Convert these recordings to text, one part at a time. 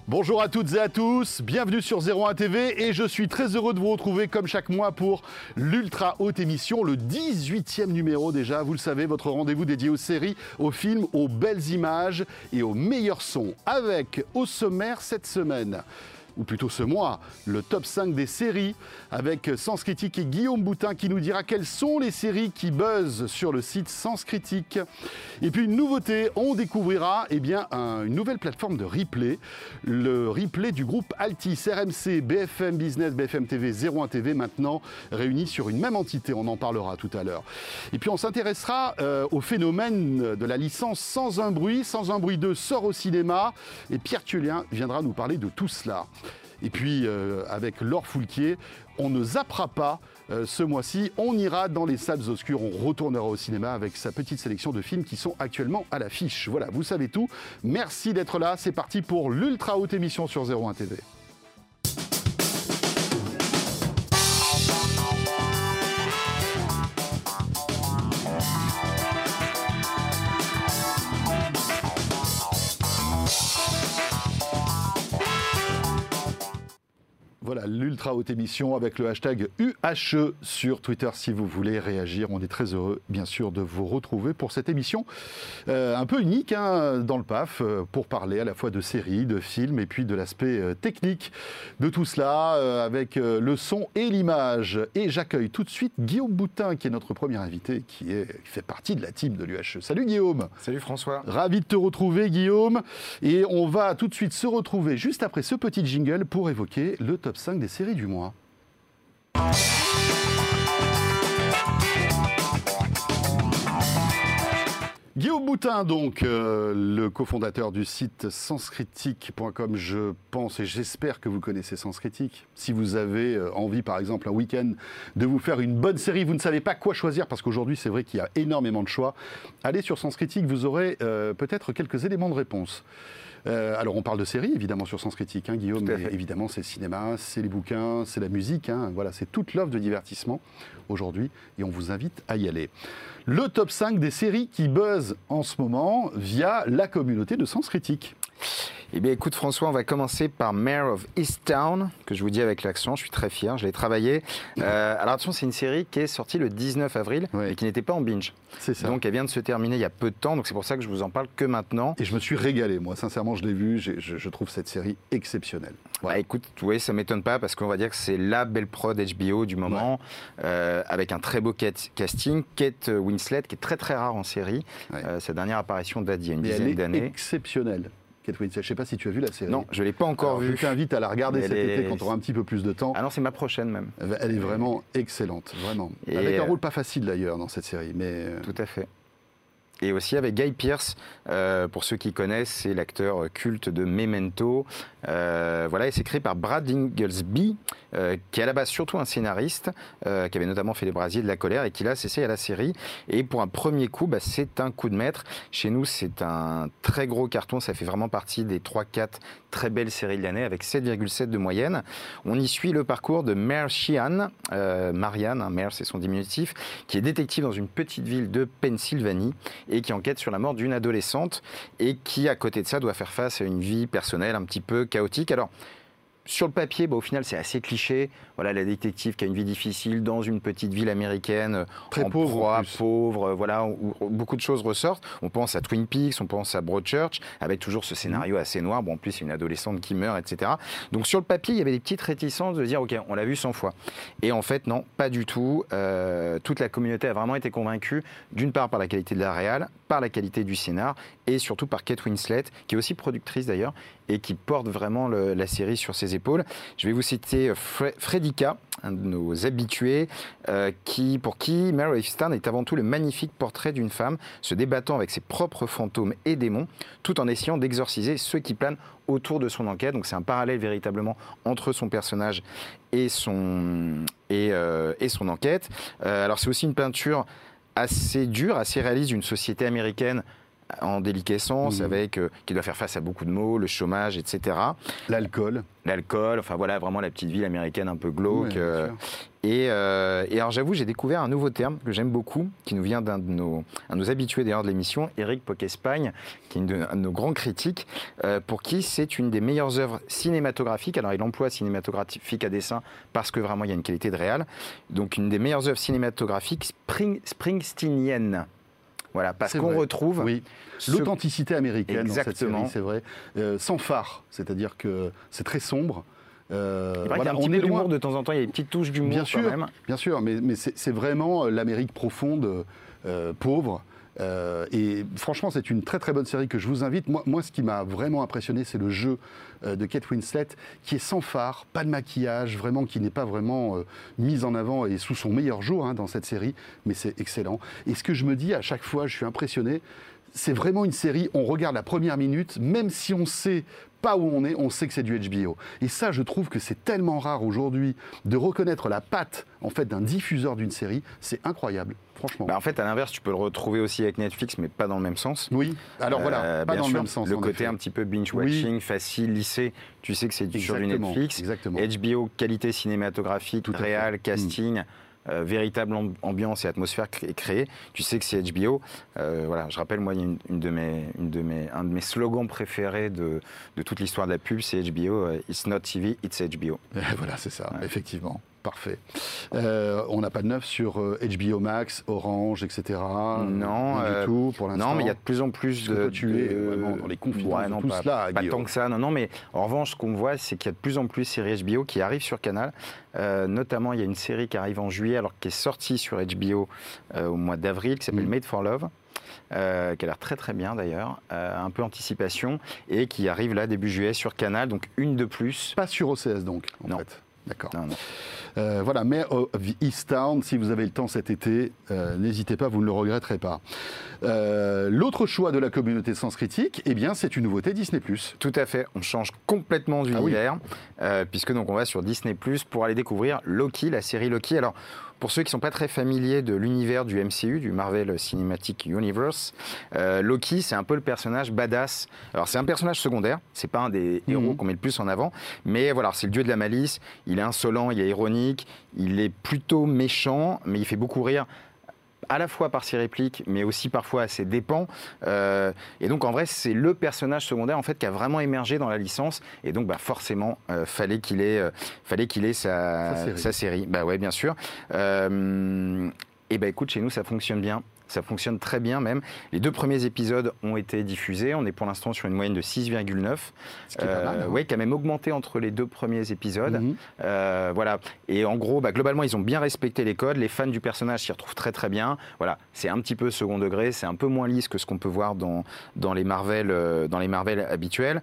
Bonjour à toutes et à tous, bienvenue sur 01 TV et je suis très heureux de vous retrouver comme chaque mois pour l'ultra haute émission, le 18e numéro déjà, vous le savez, votre rendez-vous dédié aux séries, aux films, aux belles images et aux meilleurs sons. Avec au sommaire cette semaine, ou plutôt ce mois, le top 5 des séries avec Sens Critique et Guillaume Boutin qui nous dira quelles sont les séries qui buzzent sur le site Sens Critique. Et puis une nouveauté, on découvrira une nouvelle plateforme de replay, le replay du groupe Altis, RMC, BFM Business, BFM TV, 01 TV maintenant réunis sur une même entité, on en parlera tout à l'heure. Et puis on s'intéressera au phénomène de la licence Sans un bruit 2 sort au cinéma et Pierre Thuélien viendra nous parler de tout cela. Et puis, avec Laure Foulquier, on ne zappera pas ce mois-ci. On ira dans les salles obscures, on retournera au cinéma avec sa petite sélection de films qui sont actuellement à l'affiche. Voilà, vous savez tout. Merci d'être là. C'est parti pour l'ultra haute émission sur 01 TV. Voilà, l'ultra haute émission avec le hashtag UHE sur Twitter si vous voulez réagir. On est très heureux, bien sûr, de vous retrouver pour cette émission un peu unique dans le PAF pour parler à la fois de séries, de films et puis de l'aspect technique de tout cela avec le son et l'image. Et j'accueille tout de suite Guillaume Boutin qui est notre premier invité, qui fait partie de la team de l'UHE. Salut Guillaume. Salut François. Ravi de te retrouver Guillaume. Et on va tout de suite se retrouver juste après ce petit jingle pour évoquer le top 5 des séries du mois. Guillaume Boutin, donc, le cofondateur du site senscritique.com, je pense et j'espère que vous connaissez Sens Critique. Si vous avez envie, par exemple, un week-end, de vous faire une bonne série, vous ne savez pas quoi choisir, parce qu'aujourd'hui, c'est vrai qu'il y a énormément de choix, allez sur Sens Critique, vous aurez peut-être quelques éléments de réponse. Alors on parle de séries évidemment sur Sens Critique, Guillaume, mais évidemment c'est le cinéma, c'est les bouquins, c'est la musique, voilà, c'est toute l'offre de divertissement aujourd'hui et on vous invite à y aller. Le top 5 des séries qui buzzent en ce moment via la communauté de Sens Critique. Eh bien écoute François, on va commencer par Mare of Easttown, que je vous dis avec l'accent, je suis très fier, je l'ai travaillé. Alors attention, c'est une série qui est sortie le 19 avril et qui n'était pas en binge. C'est ça. Donc elle vient de se terminer il y a peu de temps, donc c'est pour ça que je vous en parle que maintenant. Et je me suis régalé, moi sincèrement je l'ai vu, je trouve cette série exceptionnelle. Bah, écoute, oui, ça ne m'étonne pas parce qu'on va dire que c'est la belle prod HBO du moment, avec un très beau casting. Kate Winslet, qui est très très rare en série. Sa dernière apparition date d'il y a une dizaine d'années. Elle est exceptionnelle. Kate Winslet, je ne sais pas si tu as vu la série. Non, je ne l'ai pas encore vue. Je t'invite à la regarder cet été quand tu auras un petit peu plus de temps. Ah non, c'est ma prochaine même. Elle est vraiment excellente, vraiment. Et avec un rôle pas facile d'ailleurs dans cette série. Mais tout à fait. Et aussi avec Guy Pearce, pour ceux qui connaissent, c'est l'acteur culte de Memento. Voilà, et c'est créé par Brad Inglesby, qui est à la base surtout un scénariste, qui avait notamment fait Les Brasiers de la colère et qui là s'essaye à la série. Et pour un premier coup, c'est un coup de maître. Chez nous, c'est un très gros carton. Ça fait vraiment partie des 3-4 très belles séries de l'année avec 7,7 de moyenne. On y suit le parcours de Mare Sheehan, Marianne, Mare c'est son diminutif, qui est détective dans une petite ville de Pennsylvanie et qui enquête sur la mort d'une adolescente et qui, à côté de ça, doit faire face à une vie personnelle un petit peu chaotique. Alors, sur le papier, au final, c'est assez cliché. Voilà, la détective qui a une vie difficile dans une petite ville américaine, très pauvre, voilà, où beaucoup de choses ressortent. On pense à Twin Peaks, on pense à Broadchurch, avec toujours ce scénario assez noir. Bon, en plus, c'est une adolescente qui meurt, etc. Donc, sur le papier, il y avait des petites réticences de dire, OK, on l'a vu 100 fois. Et en fait, non, pas du tout. Toute la communauté a vraiment été convaincue, d'une part par la qualité de la réal, par la qualité du scénar, et surtout par Kate Winslet, qui est aussi productrice d'ailleurs, et qui porte vraiment la série sur ses épaules. Je vais vous citer Fredika, un de nos habitués, pour qui Mare of Easttown est avant tout le magnifique portrait d'une femme se débattant avec ses propres fantômes et démons, tout en essayant d'exorciser ceux qui planent autour de son enquête. Donc c'est un parallèle véritablement entre son personnage et son enquête. Alors c'est aussi une peinture assez dure, assez réaliste d'une société américaine en déliquescence, avec qui doit faire face à beaucoup de maux, le chômage, etc. L'alcool, enfin voilà, vraiment la petite ville américaine un peu glauque. Et alors j'avoue, j'ai découvert un nouveau terme que j'aime beaucoup, qui nous vient d'un de nos habitués d'ailleurs de l'émission, Eric Poquespagne, qui est un de nos grands critiques, pour qui c'est une des meilleures œuvres cinématographiques. Alors il emploie cinématographique à dessin parce que vraiment il y a une qualité de réal. Donc une des meilleures œuvres cinématographiques springsteeniennes. Voilà, parce qu'on retrouve l'authenticité américaine. Exactement. Dans cette série, c'est vrai. Sans phare, c'est-à-dire que c'est très sombre. Il y a un petit peu d'humour de temps en temps, il y a des petites touches d'humour quand même. Bien sûr, mais c'est vraiment l'Amérique profonde, pauvre. Et franchement, c'est une très très bonne série que je vous invite. Moi, ce qui m'a vraiment impressionné, c'est le jeu de Kate Winslet, qui est sans phare, pas de maquillage, vraiment, qui n'est pas vraiment mise en avant et sous son meilleur jour dans cette série, mais c'est excellent. Et ce que je me dis à chaque fois, je suis impressionné, c'est vraiment une série, on regarde la première minute, même si on sait pas où on sait que c'est du HBO. Et ça, je trouve que c'est tellement rare aujourd'hui de reconnaître la patte en fait d'un diffuseur d'une série, c'est incroyable, franchement. En fait, à l'inverse, tu peux le retrouver aussi avec Netflix, mais pas dans le même sens. Oui. Alors voilà, pas dans le même sens. Le côté un petit peu binge-watching, facile, lissé. Tu sais que c'est sur du Netflix. Exactement. HBO, qualité cinématographique, réal, casting. Véritable ambiance et atmosphère créée. Tu sais que c'est HBO. Voilà, je rappelle, moi, il y a un de mes slogans préférés de toute l'histoire de la pub, c'est HBO. It's not TV, it's HBO. Voilà, c'est ça, effectivement. Parfait. On n'a pas de neuf sur HBO Max, Orange, etc. Non, du tout pour l'instant. Non, mais il y a de plus en plus de. Tu es vraiment dans les confidences de tout cela. Pas tant que ça. Non, mais en revanche, ce qu'on voit, c'est qu'il y a de plus en plus de séries HBO qui arrivent sur Canal. Notamment, il y a une série qui arrive en juillet, alors qui est sortie sur HBO au mois d'avril, qui s'appelle Made for Love. Qui a l'air très très bien d'ailleurs, un peu anticipation, et qui arrive là début juillet sur Canal, donc une de plus. Pas sur OCS donc, en fait. D'accord. Voilà, mais Easttown, si vous avez le temps cet été, n'hésitez pas, vous ne le regretterez pas. L'autre choix de la communauté Sens Critique, eh bien, c'est une nouveauté Disney+. Tout à fait, on change complètement d'univers, puisque donc on va sur Disney+, pour aller découvrir Loki, la série Loki. Alors, pour ceux qui ne sont pas très familiers de l'univers du MCU, du Marvel Cinematic Universe, Loki, c'est un peu le personnage badass. Alors, c'est un personnage secondaire, c'est pas un des héros qu'on met le plus en avant, mais voilà, c'est le dieu de la malice, il est insolent, il est ironique, il est plutôt méchant, mais il fait beaucoup rire, à la fois par ses répliques, mais aussi parfois à ses dépens. Et donc, en vrai, c'est le personnage secondaire en fait, qui a vraiment émergé dans la licence. Et donc, forcément, fallait qu'il ait sa série. Bah ouais, bien sûr. Et écoute, chez nous, ça fonctionne bien. Ça fonctionne très bien même. Les 2 premiers épisodes ont été diffusés. On est pour l'instant sur une moyenne de 6,9. Ce qui est pas mal. Oui, qui a même augmenté entre les 2 premiers épisodes. Voilà. Et en gros, globalement, ils ont bien respecté les codes. Les fans du personnage s'y retrouvent très très bien. Voilà. C'est un petit peu second degré. C'est un peu moins lisse que ce qu'on peut voir dans les Marvel habituels.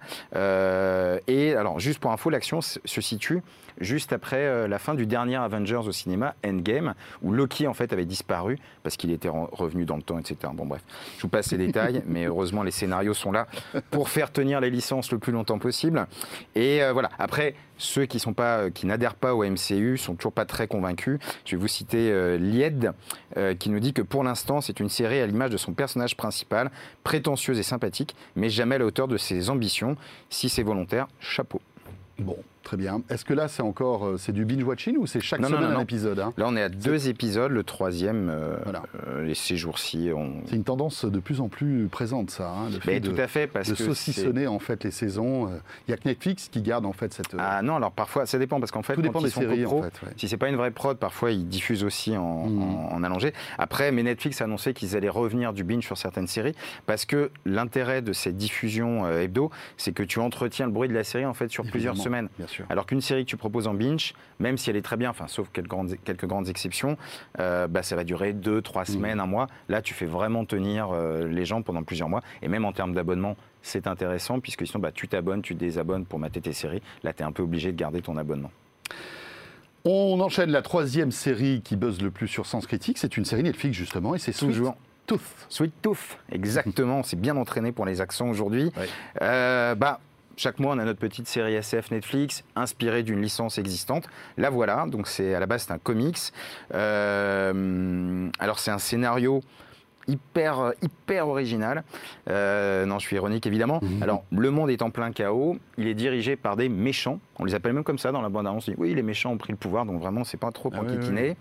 Et alors, juste pour info, l'action se situe juste après la fin du dernier Avengers au cinéma, Endgame, où Loki en fait avait disparu parce qu'il était revenu dans le temps, etc. Bon bref, je vous passe les détails, mais heureusement les scénarios sont là pour faire tenir les licences le plus longtemps possible. Et voilà, après, ceux qui n'adhèrent pas au MCU sont toujours pas très convaincus. Je vais vous citer Lied, qui nous dit que pour l'instant, c'est une série à l'image de son personnage principal, prétentieuse et sympathique, mais jamais à la hauteur de ses ambitions. Si c'est volontaire, chapeau. Bon, très bien. Est-ce que là, c'est du binge-watching ou c'est chaque semaine un épisode Là, on est à 2 épisodes, le 3e, ces jours-ci. C'est une tendance de plus en plus présente, ça. Le fait tout à fait, parce de que saucissonner en fait les saisons. Il n'y a que Netflix qui garde en fait cette. Ah non, alors parfois, ça dépend, parce qu'en fait, tout dépend des séries. En fait, si c'est pas une vraie prod, parfois ils diffusent aussi en allongé. Après, mais Netflix a annoncé qu'ils allaient revenir du binge sur certaines séries, parce que l'intérêt de ces diffusions hebdo, c'est que tu entretiens le bruit de la série en fait sur plusieurs semaines. Bien sûr. Alors qu'une série que tu proposes en binge, même si elle est très bien, sauf quelques grandes exceptions, ça va durer 2-3 semaines, un mois. Là, tu fais vraiment tenir les gens pendant plusieurs mois. Et même en termes d'abonnement, c'est intéressant, puisque sinon, tu t'abonnes, tu désabonnes pour mater tes séries. Là, tu es un peu obligé de garder ton abonnement. On enchaîne la 3e série qui buzz le plus sur Sens Critique. C'est une série Netflix, justement, et c'est toujours Sweet Tooth, exactement. On s'est bien entraîné pour les accents aujourd'hui. Ouais. Chaque mois, on a notre petite série SF Netflix inspirée d'une licence existante. La voilà, donc à la base, c'est un comics. Alors, c'est un scénario hyper original. Non, je suis ironique évidemment. Alors, le monde est en plein chaos. Il est dirigé par des méchants. On les appelle même comme ça dans la bande-annonce. Oui, les méchants ont pris le pouvoir, donc vraiment, c'est pas trop enquiquiné.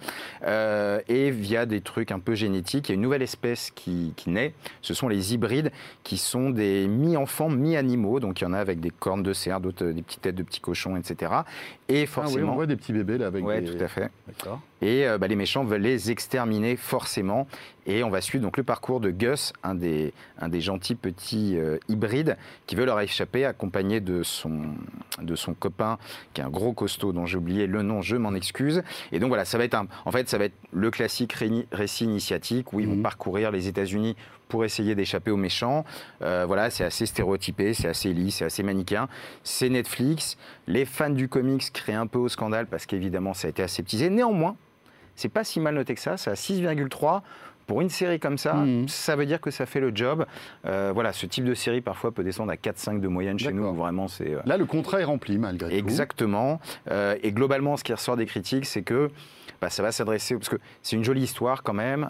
Et via des trucs un peu génétiques, il y a une nouvelle espèce qui naît. Ce sont les hybrides, qui sont des mi-enfants, mi-animaux. Donc, il y en a avec des cornes de cerf, d'autres des petites têtes de petits cochons, etc. Et forcément, on voit des petits bébés là avec des... tout à fait. D'accord. Et les méchants veulent les exterminer forcément. Et on va suivre donc le parcours de Gus, un des gentils petits hybrides qui veut leur échapper, accompagné de son copain, qui est un gros costaud dont j'ai oublié le nom, je m'en excuse. Et donc voilà, ça va être le classique récit initiatique où ils vont parcourir les États-Unis pour essayer d'échapper aux méchants. Voilà, c'est assez stéréotypé, c'est assez lisse, c'est assez manichéen. C'est Netflix. Les fans du comics crient un peu au scandale parce qu'évidemment, ça a été aseptisé. Néanmoins, c'est pas si mal noté que ça. C'est à 6,3. Pour une série comme ça, ça veut dire que ça fait le job. Voilà, ce type de série parfois peut descendre à 4-5 de moyenne chez nous. Vraiment, c'est là, le contrat est rempli malgré tout. Exactement. Et globalement, ce qui ressort des critiques, c'est que ça va s'adresser, parce que c'est une jolie histoire quand même,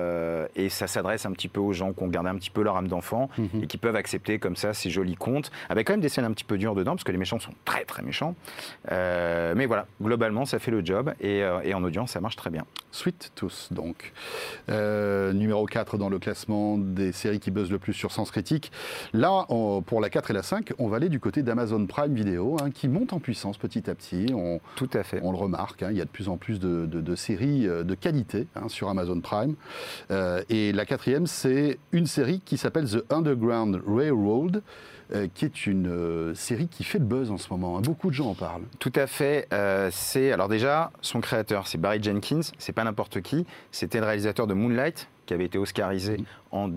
et ça s'adresse un petit peu aux gens qui ont gardé un petit peu leur âme d'enfant et qui peuvent accepter comme ça ces jolis contes, avec quand même des scènes un petit peu dures dedans, parce que les méchants sont très très méchants. Mais voilà, globalement, ça fait le job, et en audience, ça marche très bien. Sweet Tooth, donc. Numéro 4 dans le classement des séries qui buzzent le plus sur Sens Critique. Là, pour la 4 et la 5, on va aller du côté d'Amazon Prime Video, qui monte en puissance petit à petit. Tout à fait. On le remarque, il y a de plus en plus de séries de qualité sur Amazon Prime. Et la 4e, c'est une série qui s'appelle The Underground Railroad, qui est une série qui fait le buzz en ce moment. Beaucoup de gens en parlent. Tout à fait. Alors déjà, son créateur, c'est Barry Jenkins. C'est pas n'importe qui. C'était le réalisateur de Moonlight, qui avait été oscarisé en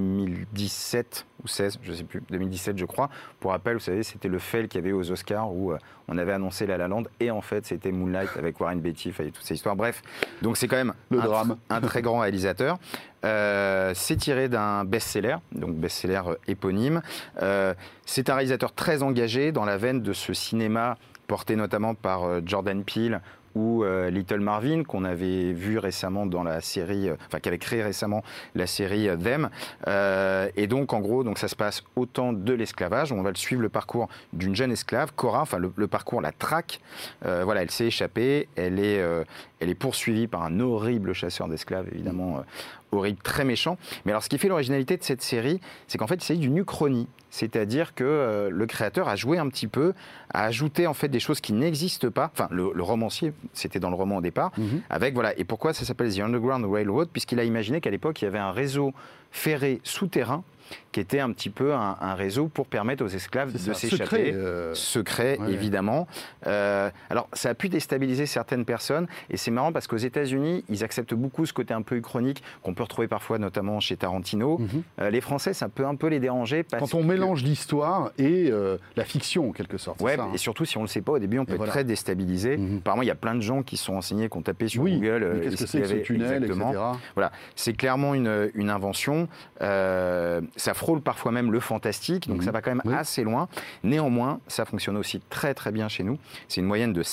2017 ou 16, je ne sais plus, 2017 je crois. Pour rappel, vous savez, c'était le fail qu'il y avait aux Oscars où on avait annoncé La La Land et en fait c'était Moonlight avec Warren Beatty et toutes ces histoires. Bref, donc c'est quand même un très grand réalisateur. C'est tiré d'un best-seller, donc best-seller éponyme. C'est un réalisateur très engagé dans la veine de ce cinéma porté notamment par Jordan Peele ou Little Marvin, qu'on avait vu récemment dans la série, qui avait créé récemment la série Them. Et donc, en gros, ça se passe au temps de l'esclavage. On va suivre le parcours d'une jeune esclave, Cora, le parcours la traque. Voilà, elle s'est échappée, elle est poursuivie par un horrible chasseur d'esclaves, évidemment, horrible, très méchant. Mais alors, ce qui fait l'originalité de cette série, c'est qu'en fait, il s'agit d'une uchronie. C'est-à-dire que le créateur a joué un petit peu, a ajouté en fait des choses qui n'existent pas. Enfin, le romancier, c'était dans le roman au départ. Avec, voilà. Et pourquoi ça s'appelle The Underground Railroad ? Puisqu'il a imaginé qu'à l'époque, il y avait un réseau ferré souterrain qui était un petit peu un réseau pour permettre aux esclaves de s'échapper. Secret, évidemment. Alors, ça a pu déstabiliser certaines personnes, et c'est marrant parce qu'aux États-Unis, ils acceptent beaucoup ce côté un peu uchronique qu'on peut retrouver parfois, notamment chez Tarantino. Les Français, ça peut un peu les déranger. Quand on mélange l'histoire et la fiction, en quelque sorte. Ouais, et surtout, si on ne le sait pas, au début, on peut être très déstabilisé. Apparemment, il y a plein de gens qui sont renseignés, qui ont tapé sur Google. Qu'est-ce que c'est que ce tunnel, etc. Voilà, c'est clairement une invention. Ça frôle parfois même le fantastique, donc ça va quand même assez loin. Néanmoins, ça fonctionne aussi très très bien chez nous. C'est une moyenne de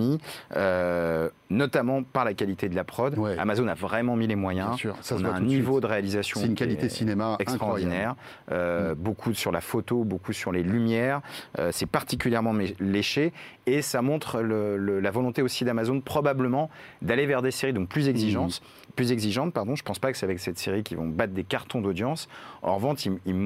7,5, notamment par la qualité de la prod. Amazon a vraiment mis les moyens. On a un niveau de réalisation c'est une qualité cinéma extraordinaire. Beaucoup sur la photo, beaucoup sur les lumières. C'est particulièrement léché et ça montre la volonté aussi d'Amazon probablement d'aller vers des séries donc plus exigeantes. Je ne pense pas que c'est avec cette série qu'ils vont battre des cartons d'audience. En revanche,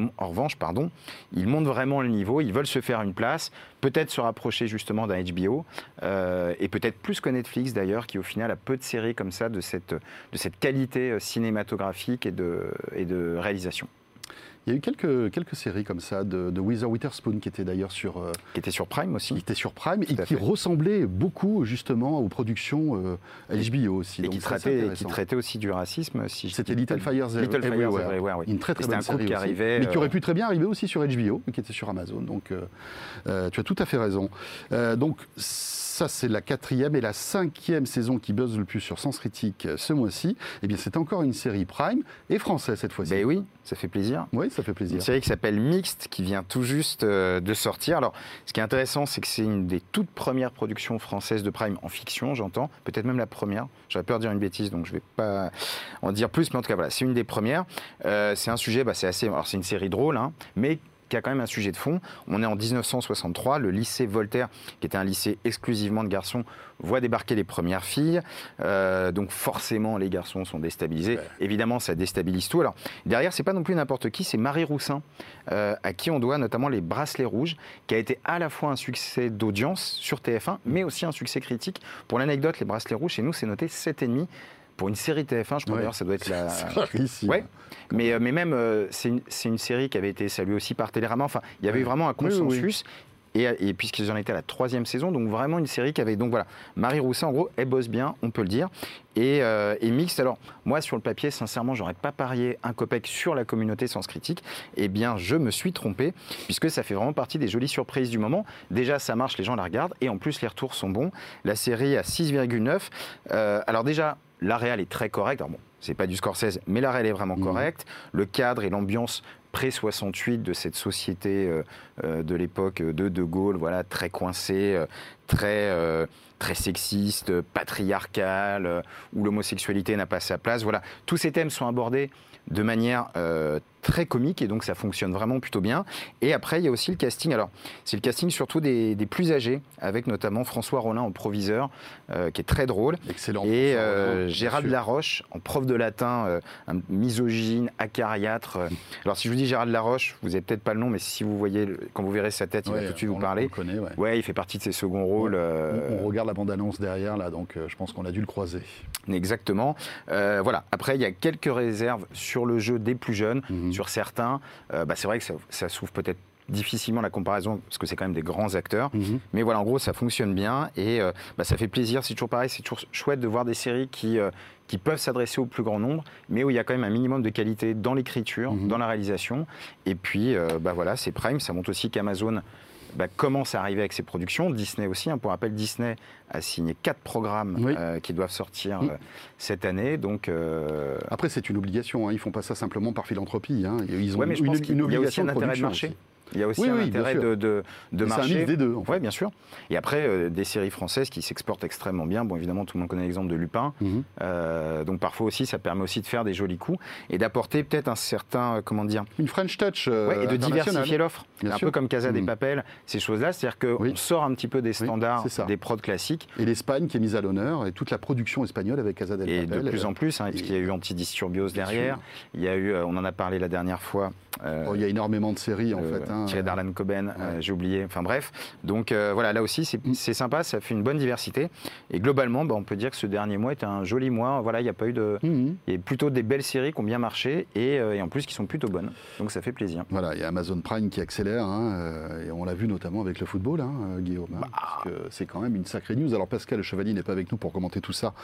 ils montent vraiment le niveau. Ils veulent se faire une place, peut-être se rapprocher justement d'un HBO, et peut-être plus que Netflix d'ailleurs, qui au final a peu de séries comme ça de cette qualité cinématographique et de réalisation. Il y a eu quelques séries comme ça de Reese Witherspoon qui était d'ailleurs sur... qui était sur Prime aussi. Qui était sur Prime et qui ressemblait beaucoup justement aux productions HBO aussi. Et qui traitait aussi du racisme. C'était Little Fires Everywhere. Une très très bonne série qui arrivait, mais qui aurait pu très bien arriver aussi sur HBO, mais qui était sur Amazon. Donc tu as tout à fait raison. Donc ça c'est la 4e et la 5e saison qui buzz le plus sur Sens Critique ce mois-ci. Eh bien c'est encore une série Prime et française cette fois-ci. Ben oui, ça fait plaisir. Oui, ça fait plaisir. Une série qui s'appelle Mixte, qui vient tout juste de sortir. Alors, ce qui est intéressant, c'est que c'est une des toutes premières productions françaises de Prime en fiction, j'entends. Peut-être même la première. J'aurais peur de dire une bêtise, donc je ne vais pas en dire plus. Mais en tout cas, voilà, c'est une des premières. C'est un sujet, c'est assez... Alors, c'est une série drôle, hein, mais qui a quand même un sujet de fond. On est en 1963, le lycée Voltaire, qui était un lycée exclusivement de garçons, voit débarquer les premières filles. Donc forcément, les garçons sont déstabilisés. Ouais. Évidemment, ça déstabilise tout. Alors, derrière, c'est pas non plus n'importe qui, c'est Marie Roussin, à qui on doit notamment Les Bracelets Rouges, qui a été à la fois un succès d'audience sur TF1, mais aussi un succès critique. Pour l'anecdote, Les Bracelets Rouges, chez nous, c'est noté 7,5. Pour une série TF1, je crois d'ailleurs, ça doit être la... C'est rarissime. Ouais. Mais même, c'est une série qui avait été saluée aussi par Télérama. Enfin, il y avait eu vraiment un consensus. Et puisqu'ils en étaient à la 3e saison, donc vraiment une série qui avait... Donc voilà, Marie Roussin, en gros, elle bosse bien, on peut le dire. Et Mixte, alors, moi, sur le papier, sincèrement, j'aurais pas parié un copec sur la communauté Sens Critique. Eh bien, je me suis trompé, puisque ça fait vraiment partie des jolies surprises du moment. Déjà, ça marche, les gens la regardent, et en plus, les retours sont bons. La série à 6,9. Alors déjà, la réal est très correcte. Alors bon, c'est pas du Scorsese, mais la réal est vraiment correcte. Le cadre et l'ambiance pré-68 de cette société de l'époque de De Gaulle, voilà, très coincée, très sexiste, patriarcale, où l'homosexualité n'a pas sa place. Voilà, tous ces thèmes sont abordés de manière très comique et donc ça fonctionne vraiment plutôt bien. Et après, il y a aussi le casting. Alors, c'est le casting surtout des plus âgés, avec notamment François Rollin en proviseur, qui est très drôle. Excellent. Et Gérald Laroche en prof de latin, un misogyne, acariâtre. Alors, si je vous dis Gérald Laroche, vous n'avez peut-être pas le nom, mais si vous voyez, quand vous verrez sa tête, il va tout de suite vous parler. On le connaît, ouais, il fait partie de ses seconds rôles. On regarde la bande-annonce derrière, là, donc je pense qu'on a dû le croiser. Exactement. Voilà. Après, il y a quelques réserves sur le jeu des plus jeunes, sur certains. C'est vrai que ça s'ouvre peut-être difficilement la comparaison, parce que c'est quand même des grands acteurs. Mais voilà, en gros, ça fonctionne bien et ça fait plaisir. C'est toujours pareil, c'est toujours chouette de voir des séries qui peuvent s'adresser au plus grand nombre, mais où il y a quand même un minimum de qualité dans l'écriture, dans la réalisation. Et puis, voilà, c'est Prime. Ça montre aussi qu'Amazon commence à arriver avec ses productions. Disney aussi, pour rappel, Disney a signé 4 programmes qui doivent sortir cette année. Donc, après, c'est une obligation, hein. Ils ne font pas ça simplement par philanthropie. Hein. Ils ont mais je pense qu'il y a aussi un intérêt de marché. Il y a aussi un intérêt de marché. C'est un mix des deux. En fait. Oui, bien sûr. Et après, des séries françaises qui s'exportent extrêmement bien. Bon, évidemment, tout le monde connaît l'exemple de Lupin. Donc parfois aussi, ça permet aussi de faire des jolis coups et d'apporter peut-être un certain, une French touch. Et de diversifier l'offre. Un peu comme Casa de Papel, ces choses-là. C'est-à-dire qu'on sort un petit peu des standards, des prods classiques. Et l'Espagne qui est mise à l'honneur et toute la production espagnole avec Casa de Papel. Et de plus en plus, parce qu'il y a eu Antidisturbios derrière. Il y a eu, on en a parlé la dernière fois. Il y a énormément de séries en fait. Tiré d'Arlan Coben, j'ai oublié. Enfin bref. Donc voilà, là aussi c'est sympa, ça fait une bonne diversité. Et globalement, on peut dire que ce dernier mois était un joli mois. Voilà, il n'y a pas eu de. Il y a plutôt des belles séries qui ont bien marché et en plus qui sont plutôt bonnes. Donc ça fait plaisir. Voilà, il y a Amazon Prime qui accélère et on l'a vu notamment avec le football, Guillaume. Parce que c'est quand même une sacrée news. Alors Pascal Chevalier n'est pas avec nous pour commenter tout ça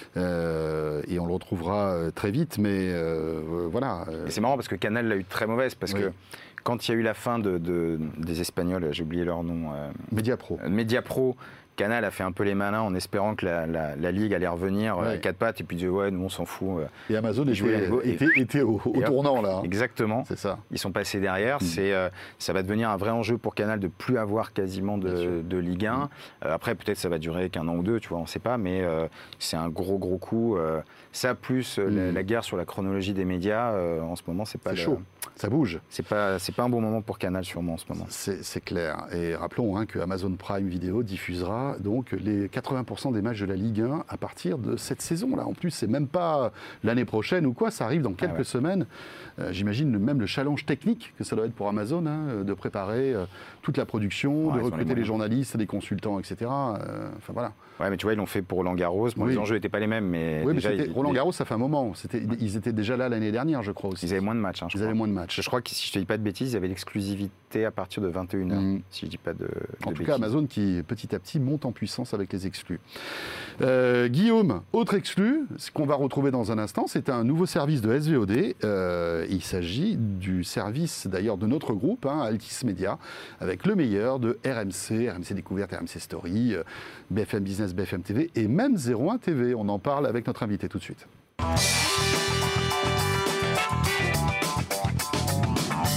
et on le retrouvera très vite. Mais voilà. Et c'est marrant parce que Canal l'a eu très mauvaise parce que. Quand il y a eu la fin des Espagnols, j'ai oublié leur nom. Mediapro, Canal a fait un peu les malins en espérant que la Ligue allait revenir à 4 pattes et puis dire nous on s'en fout. Et Amazon était au tournant là. Exactement. C'est ça. Ils sont passés derrière. Ça va devenir un vrai enjeu pour Canal de plus avoir quasiment de Ligue 1. Après peut-être ça va durer qu'un an ou deux, tu vois, on ne sait pas, mais c'est un gros coup. Ça plus la guerre sur la chronologie des médias en ce moment, c'est pas chaud. Ça bouge. C'est pas un bon moment pour Canal sûrement en ce moment. C'est clair. Et rappelons que Amazon Prime Video diffusera donc les 80% des matchs de la Ligue 1 à partir de cette saison-là. En plus, c'est même pas l'année prochaine ou quoi, ça arrive dans quelques semaines. J'imagine même le challenge technique que ça doit être pour Amazon, de préparer toute la production, de recruter les journalistes, les consultants, etc. Enfin voilà. Ouais, mais tu vois, ils l'ont fait pour Roland Garros. Bon, les enjeux n'étaient pas les mêmes, mais déjà, Roland Garros, ça fait un moment. Ils étaient déjà là l'année dernière, je crois aussi. Ils avaient moins de matchs. Ils avaient moins de matchs. Je crois que si je te dis pas de bêtises, ils avaient l'exclusivité à partir de 21h. Si je dis pas de En tout cas, Amazon qui petit à petit monte en puissance avec les exclus. Guillaume, autre exclu, ce qu'on va retrouver dans un instant, c'est un nouveau service de SVOD. Il s'agit du service d'ailleurs de notre groupe, Altis Media, avec le meilleur de RMC Découverte, RMC Story, BFM Business, BFM TV et même 01 TV. On en parle avec notre invité tout de suite.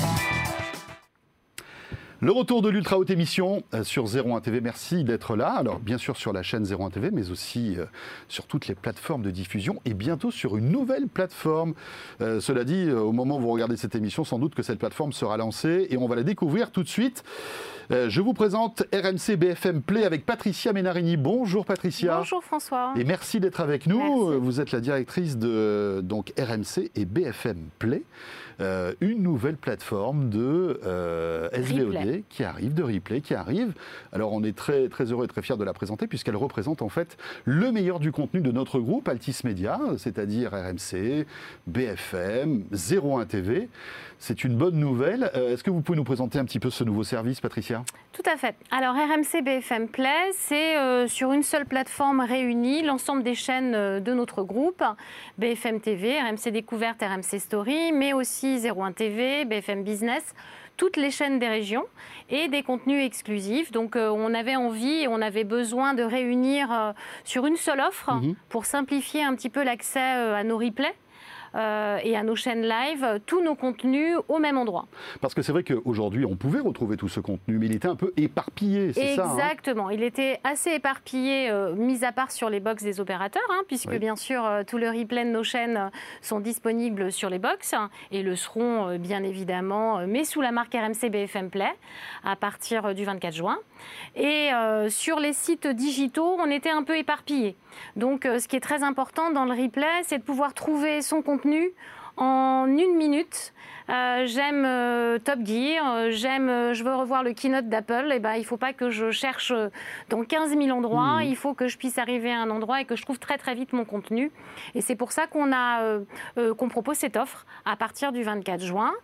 Le retour de l'Ultra Haute Émission sur 01 TV. Merci d'être là. Alors, bien sûr, sur la chaîne 01 TV, mais aussi sur toutes les plateformes de diffusion et bientôt sur une nouvelle plateforme. Cela dit, au moment où vous regardez cette émission, sans doute que cette plateforme sera lancée et on va la découvrir tout de suite. Je vous présente RMC BFM Play avec Patricia Menarini. Bonjour Patricia. Bonjour François. Et merci d'être avec nous. Merci. Vous êtes la directrice de donc, RMC et BFM Play. Une nouvelle plateforme de SVOD Replay. qui arrive, de replay qui arrive. Alors on est très, très heureux et très fiers de la présenter puisqu'elle représente en fait le meilleur du contenu de notre groupe Altis Média, c'est-à-dire RMC, BFM, 01 TV. C'est une bonne nouvelle. Est-ce que vous pouvez nous présenter un petit peu ce nouveau service, Patricia ? Tout à fait. Alors RMC BFM Play, c'est sur une seule plateforme réunie l'ensemble des chaînes de notre groupe, BFM TV, RMC Découverte, RMC Story, mais aussi 01 TV, BFM Business, toutes les chaînes des régions et des contenus exclusifs. Donc on avait envie et on avait besoin de réunir sur une seule offre pour simplifier un petit peu l'accès à nos replays. Et à nos chaînes live, tous nos contenus au même endroit. Parce que c'est vrai qu'aujourd'hui, on pouvait retrouver tout ce contenu, mais il était un peu éparpillé, c'est ça ? Exactement. Il était assez éparpillé, mis à part sur les box des opérateurs, puisque Oui. bien sûr, tout le replay de nos chaînes sont disponibles sur les box et le seront bien évidemment, mais sous la marque RMC BFM Play à partir du 24 juin. Et sur les sites digitaux, on était un peu éparpillé. Donc, ce qui est très important dans le replay, c'est de pouvoir trouver son contenu en 1 minute. J'aime Top Gear, je veux revoir le keynote d'Apple. Et ben, il ne faut pas que je cherche dans 15 000 endroits. Il faut que je puisse arriver à un endroit et que je trouve très très vite mon contenu. Et c'est pour ça qu'on propose cette offre à partir du 24 juin.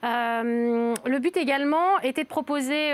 Le but également était de proposer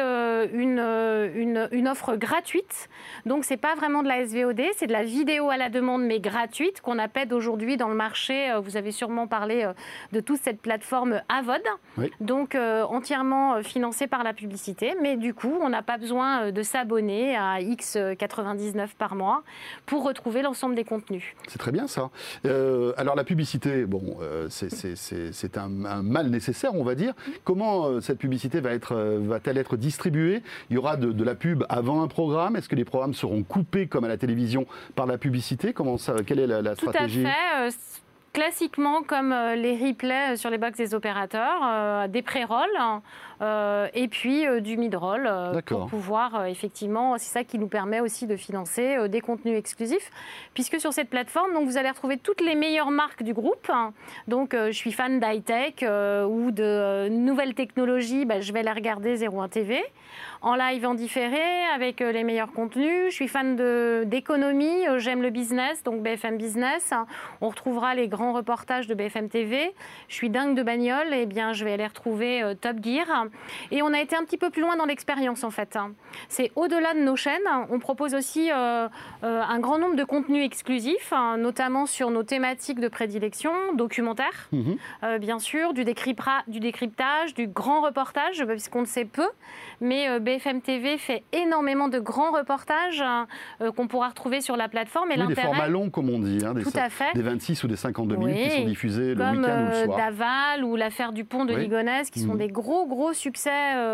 une offre gratuite. Donc, ce n'est pas vraiment de la SVOD, c'est de la vidéo à la demande, mais gratuite, qu'on appelle aujourd'hui dans le marché. Vous avez sûrement parlé de toute cette plateforme AVOD, Oui. donc entièrement financée par la publicité. Mais du coup, on n'a pas besoin de s'abonner à X 99 par mois pour retrouver l'ensemble des contenus. C'est très bien ça. Alors la publicité, bon, c'est un mal nécessaire, on va dire. Comment cette publicité va-t-elle être distribuée ? Il y aura de la pub avant un programme ? Est-ce que les programmes seront coupés comme à la télévision par la publicité ? Quelle est la stratégie ? Tout à fait. Classiquement, comme les replays sur les box des opérateurs, des pré-rolls et puis du mid-roll pour pouvoir effectivement, c'est ça qui nous permet aussi de financer des contenus exclusifs, puisque sur cette plateforme, donc, vous allez retrouver toutes les meilleures marques du groupe. Donc, je suis fan d'high-tech ou de nouvelles technologies, je vais les regarder 01 TV. En live, en différé, avec les meilleurs contenus. Je suis fan d'économie, j'aime le business, donc BFM Business. On retrouvera les grands reportages de BFM TV. Je suis dingue de bagnole, et bien je vais aller retrouver Top Gear. Et on a été un petit peu plus loin dans l'expérience en fait. C'est au-delà de nos chaînes. On propose aussi un grand nombre de contenus exclusifs, notamment sur nos thématiques de prédilection, documentaires, bien sûr, du décryptage, du grand reportage, puisqu'on le sait peu, mais BFM TV fait énormément de grands reportages qu'on pourra retrouver sur la plateforme. Et des formats longs, comme on dit, tout à fait. Des 26 ou des 52 minutes qui sont diffusés le week-end ou le soir. Daval ou l'affaire Dupont de Ligonnès, qui sont des gros succès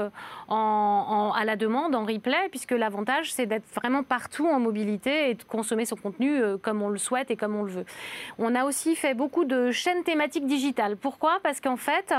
à la demande, en replay, puisque l'avantage, c'est d'être vraiment partout en mobilité et de consommer son contenu comme on le souhaite et comme on le veut. On a aussi fait beaucoup de chaînes thématiques digitales. Pourquoi ? Parce qu'en fait,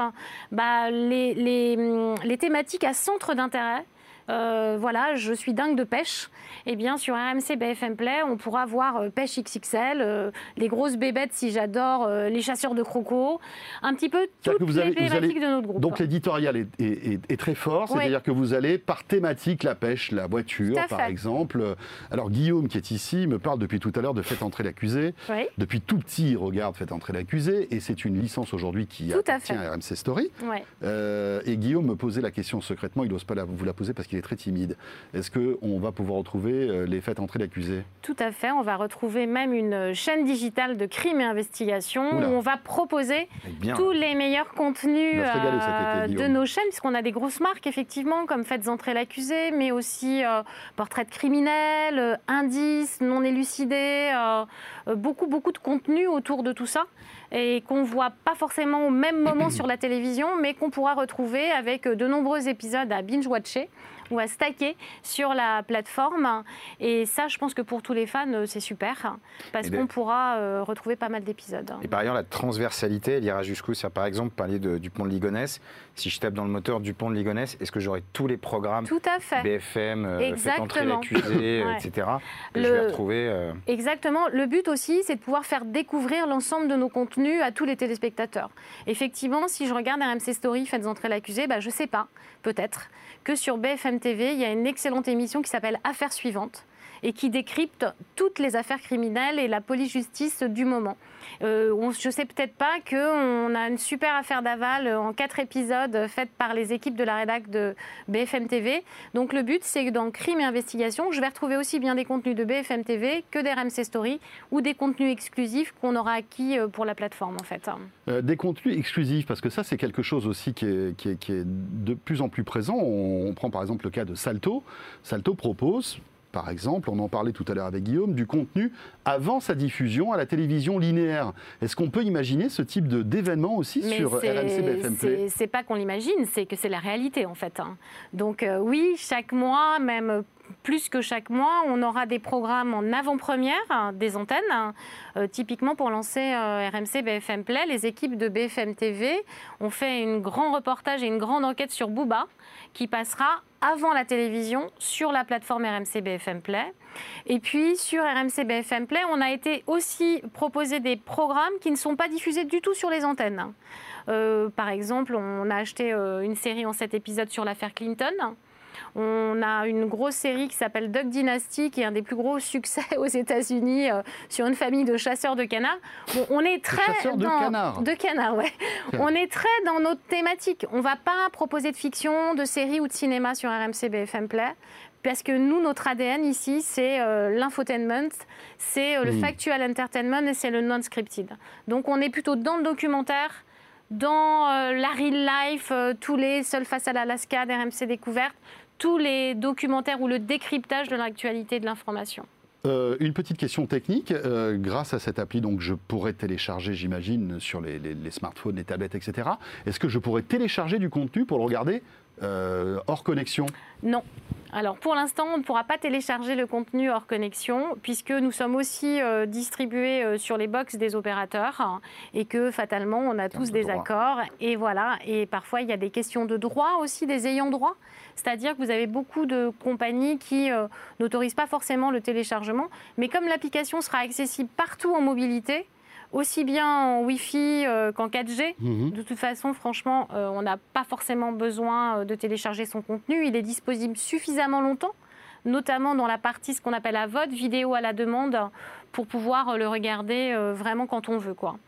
les thématiques à centre d'intérêt, voilà, je suis dingue de pêche. Eh bien, sur RMC BFM Play, on pourra voir pêche XXL, les grosses bébêtes si j'adore, les chasseurs de crocos, un petit peu toutes les thématiques de notre groupe. Donc l'éditorial est très fort, c'est-à-dire que vous allez par thématique, la pêche, la voiture par exemple. Alors Guillaume qui est ici me parle depuis tout à l'heure de Faites entrer l'accusé. Oui. Depuis tout petit, il regarde Faites entrer l'accusé et c'est une licence aujourd'hui qui appartient à RMC Story. Ouais. Et Guillaume me posait la question secrètement, il n'ose pas vous la poser parce qu'il est très timide. Est-ce qu'on va pouvoir retrouver les Faites entrer l'accusé ? Tout à fait, on va retrouver même une chaîne digitale de crime et investigation où on va proposer tous les meilleurs contenus de nos chaînes, puisqu'on a des grosses marques effectivement comme Faites entrer l'accusé, mais aussi Portrait de criminel, Indices, non élucidés, beaucoup de contenu autour de tout ça. et qu'on ne voit pas forcément au même moment sur la télévision, mais qu'on pourra retrouver avec de nombreux épisodes à binge-watcher ou à stacker sur la plateforme. Et ça, je pense que pour tous les fans, c'est super, parce qu'on pourra retrouver pas mal d'épisodes. Et par ailleurs, la transversalité, elle ira jusqu'où? Par exemple, parler de Dupont de Ligonnès. Si je tape dans le moteur Dupont de Ligonnès, est-ce que j'aurai tous les programmes Tout à fait. BFM, Faites entrer l'accusé, etc. que je vais retrouver Exactement. Le but aussi, c'est de pouvoir faire découvrir l'ensemble de nos contenus à tous les téléspectateurs. Effectivement, si je regarde RMC Story, Faites entrer l'accusé, je ne sais pas, peut-être, que sur BFM TV, il y a une excellente émission qui s'appelle Affaires suivantes et qui décrypte toutes les affaires criminelles et la police-justice du moment. Je ne sais peut-être pas qu'on a une super affaire d'aval en 4 épisodes faite par les équipes de la rédac de BFM TV. Donc le but, c'est que dans Crime et Investigation, je vais retrouver aussi bien des contenus de BFM TV que des RMC Story ou des contenus exclusifs qu'on aura acquis pour la plateforme en fait. Des contenus exclusifs, parce que ça c'est quelque chose aussi qui est de plus en plus présent. On prend par exemple le cas de Salto. Salto propose, par exemple, on en parlait tout à l'heure avec Guillaume, du contenu avant sa diffusion à la télévision linéaire. Est-ce qu'on peut imaginer ce type d'événement aussi sur RMC BFM Play ? C'est pas qu'on l'imagine, c'est que c'est la réalité en fait. Donc oui, chaque mois, même plus que chaque mois, on aura des programmes en avant-première des antennes. Typiquement pour lancer RMC BFM Play, les équipes de BFM TV ont fait un grand reportage et une grande enquête sur Booba qui passera avant la télévision sur la plateforme RMC BFM Play. Et puis sur RMC BFM Play, on a été aussi proposé des programmes qui ne sont pas diffusés du tout sur les antennes. Par exemple, on a acheté une série en 7 épisodes sur l'affaire Clinton. On a une grosse série qui s'appelle Duck Dynasty, qui est un des plus gros succès aux États-Unis sur une famille de chasseurs de canards. Bon, on est très de canards, ouais. On est très dans notre thématique. On ne va pas proposer de fiction, de série ou de cinéma sur RMC BFM Play. Parce que nous, notre ADN ici, c'est l'infotainment, c'est le factual entertainment et c'est le non-scripted. Donc on est plutôt dans le documentaire, dans la real life, tous les Seuls face à l'Alaska d'RMC Découverte, tous les documentaires ou le décryptage de l'actualité de l'information. Une petite question technique. Grâce à cette appli, donc, je pourrais télécharger, j'imagine, sur les smartphones, les tablettes, etc. Est-ce que je pourrais télécharger du contenu pour le regarder hors connexion ? Non. Alors pour l'instant, on ne pourra pas télécharger le contenu hors connexion puisque nous sommes aussi distribués sur les box des opérateurs et que fatalement, on a tous des accords. Et voilà. Et parfois, il y a des questions de droit aussi, des ayants droit. C'est-à-dire que vous avez beaucoup de compagnies qui n'autorisent pas forcément le téléchargement. Mais comme l'application sera accessible partout en mobilité, aussi bien en Wi-Fi qu'en 4G. De toute façon, franchement, on n'a pas forcément besoin de télécharger son contenu. Il est disponible suffisamment longtemps, notamment dans la partie, ce qu'on appelle la VOD, vidéo à la demande, pour pouvoir le regarder vraiment quand on veut, quoi.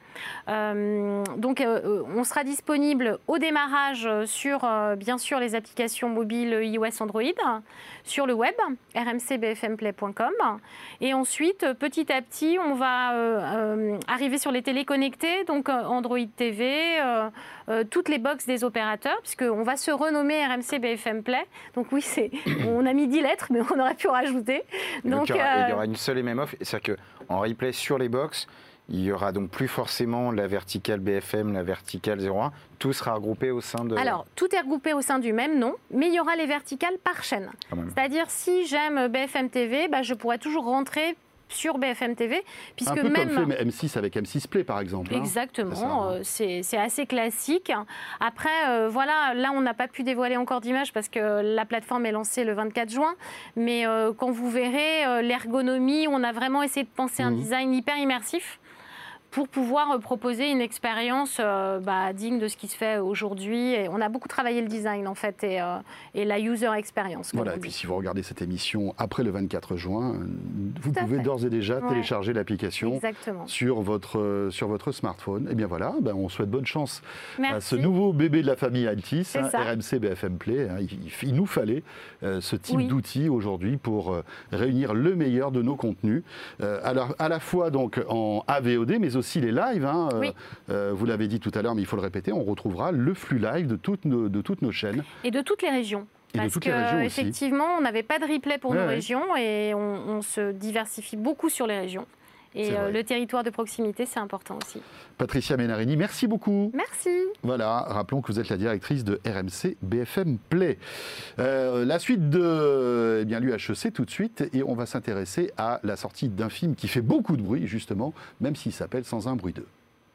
Donc on sera disponible au démarrage sur bien sûr les applications mobiles iOS Android, sur le web rmcbfmplay.com et ensuite petit à petit on va arriver sur les télés connectées, donc Android TV, toutes les box des opérateurs puisqu'on va se renommer RMC BFM Play. Donc oui, on a mis 10 lettres mais on aurait pu en rajouter. Donc il y aura une seule et même offre, c'est-à-dire qu'en replay sur les box, il n'y aura donc plus forcément la verticale BFM, la verticale 01. Tout sera regroupé au sein de... Alors, tout est regroupé au sein du même nom, mais il y aura les verticales par chaîne. C'est-à-dire, si j'aime BFM TV, je pourrais toujours rentrer sur BFM TV, puisque un peu même comme fait M6 avec M6 Play par exemple. Exactement, c'est assez classique. Après, voilà, là on n'a pas pu dévoiler encore d'image parce que la plateforme est lancée le 24 juin, mais quand vous verrez l'ergonomie, on a vraiment essayé de penser un design hyper immersif pour pouvoir proposer une expérience digne de ce qui se fait aujourd'hui. Et on a beaucoup travaillé le design en fait et la user experience. Voilà, et puis si vous regardez cette émission après le 24 juin, vous pouvez d'ores et déjà télécharger l'application sur votre smartphone. Et bien voilà, on souhaite bonne chance à ce nouveau bébé de la famille Altice, RMC BFM Play. Il nous fallait ce type d'outil aujourd'hui pour réunir le meilleur de nos contenus. Alors à la fois donc en AVOD, mais aussi les lives, vous l'avez dit tout à l'heure, mais il faut le répéter, on retrouvera le flux live de toutes nos chaînes. Et de toutes les régions. Parce qu'effectivement, on n'avait pas de replay pour nos régions et on se diversifie beaucoup sur les régions. Et le territoire de proximité, c'est important aussi. Patricia Menarini, merci beaucoup. Merci. Voilà, rappelons que vous êtes la directrice de RMC BFM Play. La suite de l'UHEC tout de suite, et on va s'intéresser à la sortie d'un film qui fait beaucoup de bruit, justement, même s'il s'appelle Sans un bruit 2.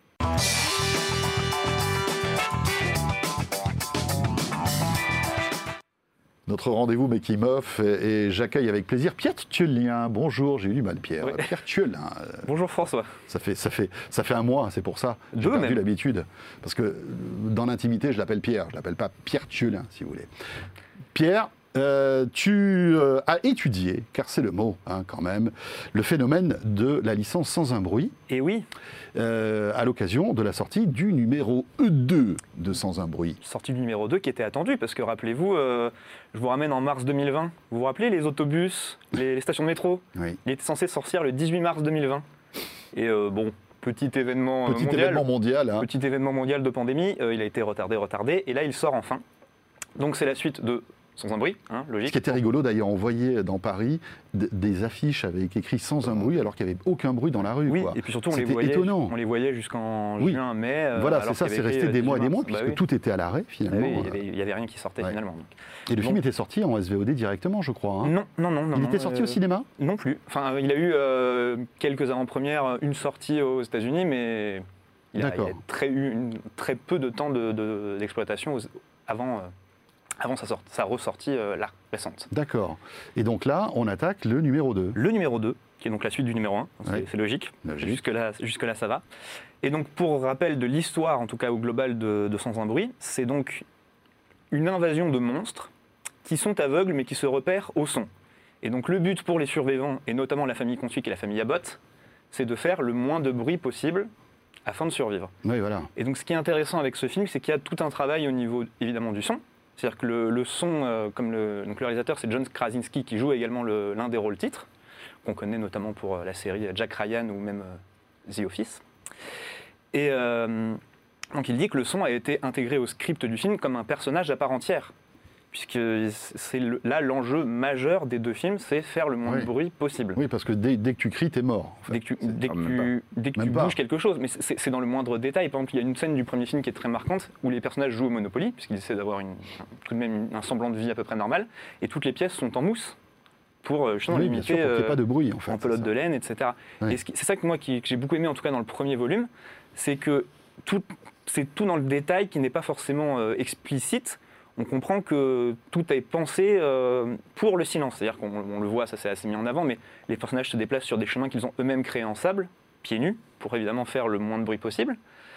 Notre rendez-vous making of et j'accueille avec plaisir Pierre Thiolien. Bonjour, j'ai eu du mal Pierre. Ouais. Pierre Thiolien. Bonjour François. Ça fait un mois, c'est pour ça. J'ai perdu l'habitude. Parce que dans l'intimité, je l'appelle Pierre. Je ne l'appelle pas Pierre Thiolien, si vous voulez. Pierre, tu as étudié, car c'est le mot quand même, le phénomène de la licence sans un bruit. Et oui. À l'occasion de la sortie du numéro 2 de Sans un bruit. Sortie du numéro 2 qui était attendue, parce que rappelez-vous, je vous ramène en mars 2020. Vous vous rappelez les autobus, les stations de métro? Oui. Il était censé sortir le 18 mars 2020. Et petit événement mondial. Petit événement mondial de pandémie, il a été retardé, et là il sort enfin. Donc c'est la suite de Sans un bruit, logique. Ce qui était rigolo d'ailleurs, on voyait dans Paris des affiches avec écrit Sans un bruit alors qu'il n'y avait aucun bruit dans la rue. Oui, quoi. et puis surtout on les voyait jusqu'en juin, mai. Voilà, c'est ça, c'est resté des mois et des mois puisque tout était à l'arrêt finalement. Il n'y avait rien qui sortait finalement. Donc. Et le film était sorti en SVOD directement, je crois. Non. Il était sorti au cinéma? Non plus. Enfin, il a eu quelques avant-premières, une sortie aux États-Unis, mais il a eu très peu de temps d'exploitation avant sa ressortie là, récente. D'accord. Et donc là, on attaque le numéro 2. Le numéro 2, qui est donc la suite du numéro 1, c'est logique. Jusque-là, ça va. Et donc, pour rappel de l'histoire, en tout cas au global de Sans un bruit, c'est donc une invasion de monstres qui sont aveugles, mais qui se repèrent au son. Et donc, le but pour les survivants, et notamment la famille Conswick et la famille Abbott, c'est de faire le moins de bruit possible afin de survivre. Oui, voilà. Et donc, ce qui est intéressant avec ce film, c'est qu'il y a tout un travail au niveau, évidemment, du son. C'est-à-dire que le son, donc le réalisateur, c'est John Krasinski, qui joue également l'un des rôles titres, qu'on connaît notamment pour la série Jack Ryan ou même The Office. Et donc il dit que le son a été intégré au script du film comme un personnage à part entière, puisque c'est là l'enjeu majeur des deux films, c'est faire le moins de bruit possible. Oui, parce que dès que tu cries, t'es mort. En fait. Dès que tu bouges quelque chose, mais c'est dans le moindre détail. Par exemple, il y a une scène du premier film qui est très marquante, où les personnages jouent au Monopoly, puisqu'ils essaient d'avoir tout de même un semblant de vie à peu près normal, et toutes les pièces sont en mousse, pour justement limiter pour qu'il n'y ait pas de bruit, en fait, en pelote de laine, etc. Oui. Et c'est ça que moi, que j'ai beaucoup aimé, en tout cas dans le premier volume, c'est que c'est tout dans le détail qui n'est pas forcément explicite. On comprend que tout est pensé pour le silence. C'est-à-dire qu'on le voit, ça c'est assez mis en avant, mais les personnages se déplacent sur des chemins qu'ils ont eux-mêmes créés en sable, pieds nus, pour évidemment faire le moins de bruit possible.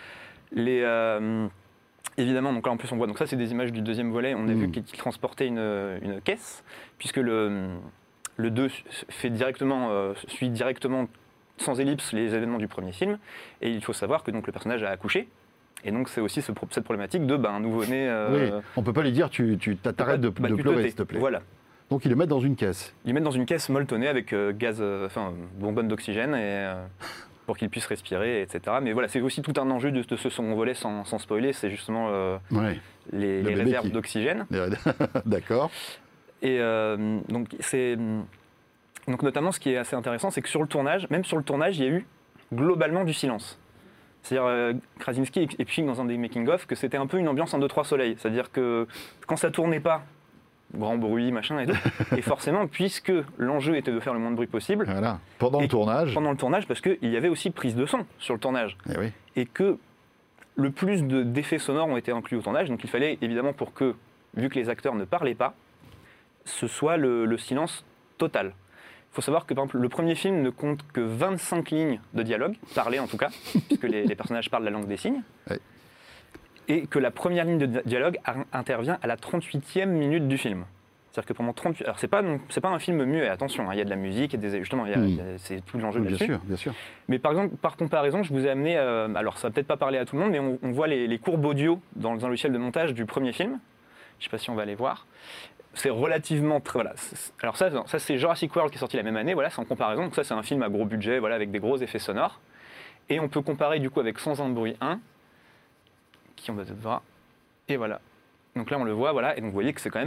Évidemment, donc là en plus on voit, donc ça c'est des images du deuxième volet, on a vu qu'il transportait une caisse, puisque le 2 suit directement sans ellipse les événements du premier film, et il faut savoir que donc, le personnage a accouché. Et donc c'est aussi cette problématique de un nouveau-né... Oui, on ne peut pas lui dire tu t'arrêtes de pleurer, s'il te plaît. Voilà. Donc ils le mettent dans une caisse. Ils le mettent dans une caisse molletonnée avec bonbonne d'oxygène pour qu'il puisse respirer, etc. Mais voilà, c'est aussi tout un enjeu de ce second volet sans spoiler, c'est justement les réserves d'oxygène. D'accord. Et donc notamment ce qui est assez intéressant, c'est que sur le tournage, même sur le tournage, il y a eu globalement du silence. C'est-à-dire, Krasinski explique dans un des making-of que c'était un peu une ambiance en 2-3 soleils. C'est-à-dire que quand ça tournait pas, grand bruit, machin et tout, et forcément, puisque l'enjeu était de faire le moins de bruit possible... Voilà, pendant le tournage, parce qu'il y avait aussi prise de son sur le tournage. Et que le plus d'effets sonores ont été inclus au tournage, donc il fallait évidemment pour que, vu que les acteurs ne parlaient pas, ce soit le silence total. Il faut savoir que par exemple, le premier film ne compte que 25 lignes de dialogue, parlées en tout cas, puisque les personnages parlent la langue des signes, et que la première ligne de dialogue intervient à la 38e minute du film. C'est-à-dire que pendant 38... Alors c'est pas un film muet, attention, il y a de la musique, justement, c'est tout l'enjeu là-dessus. Bien sûr. Mais par exemple, par comparaison, je vous ai amené, alors ça va peut-être pas parler à tout le monde, mais on voit les courbes audio dans un logiciel de montage du premier film. Je ne sais pas si on va les voir. C'est relativement très... Voilà. Alors ça c'est Jurassic World qui est sorti la même année, voilà, c'est en comparaison. Donc ça c'est un film à gros budget, voilà, avec des gros effets sonores. Et on peut comparer du coup avec Sans un bruit 1, qui on va peut-être voir. Et voilà. Donc là on le voit, voilà, et donc vous voyez que c'est quand même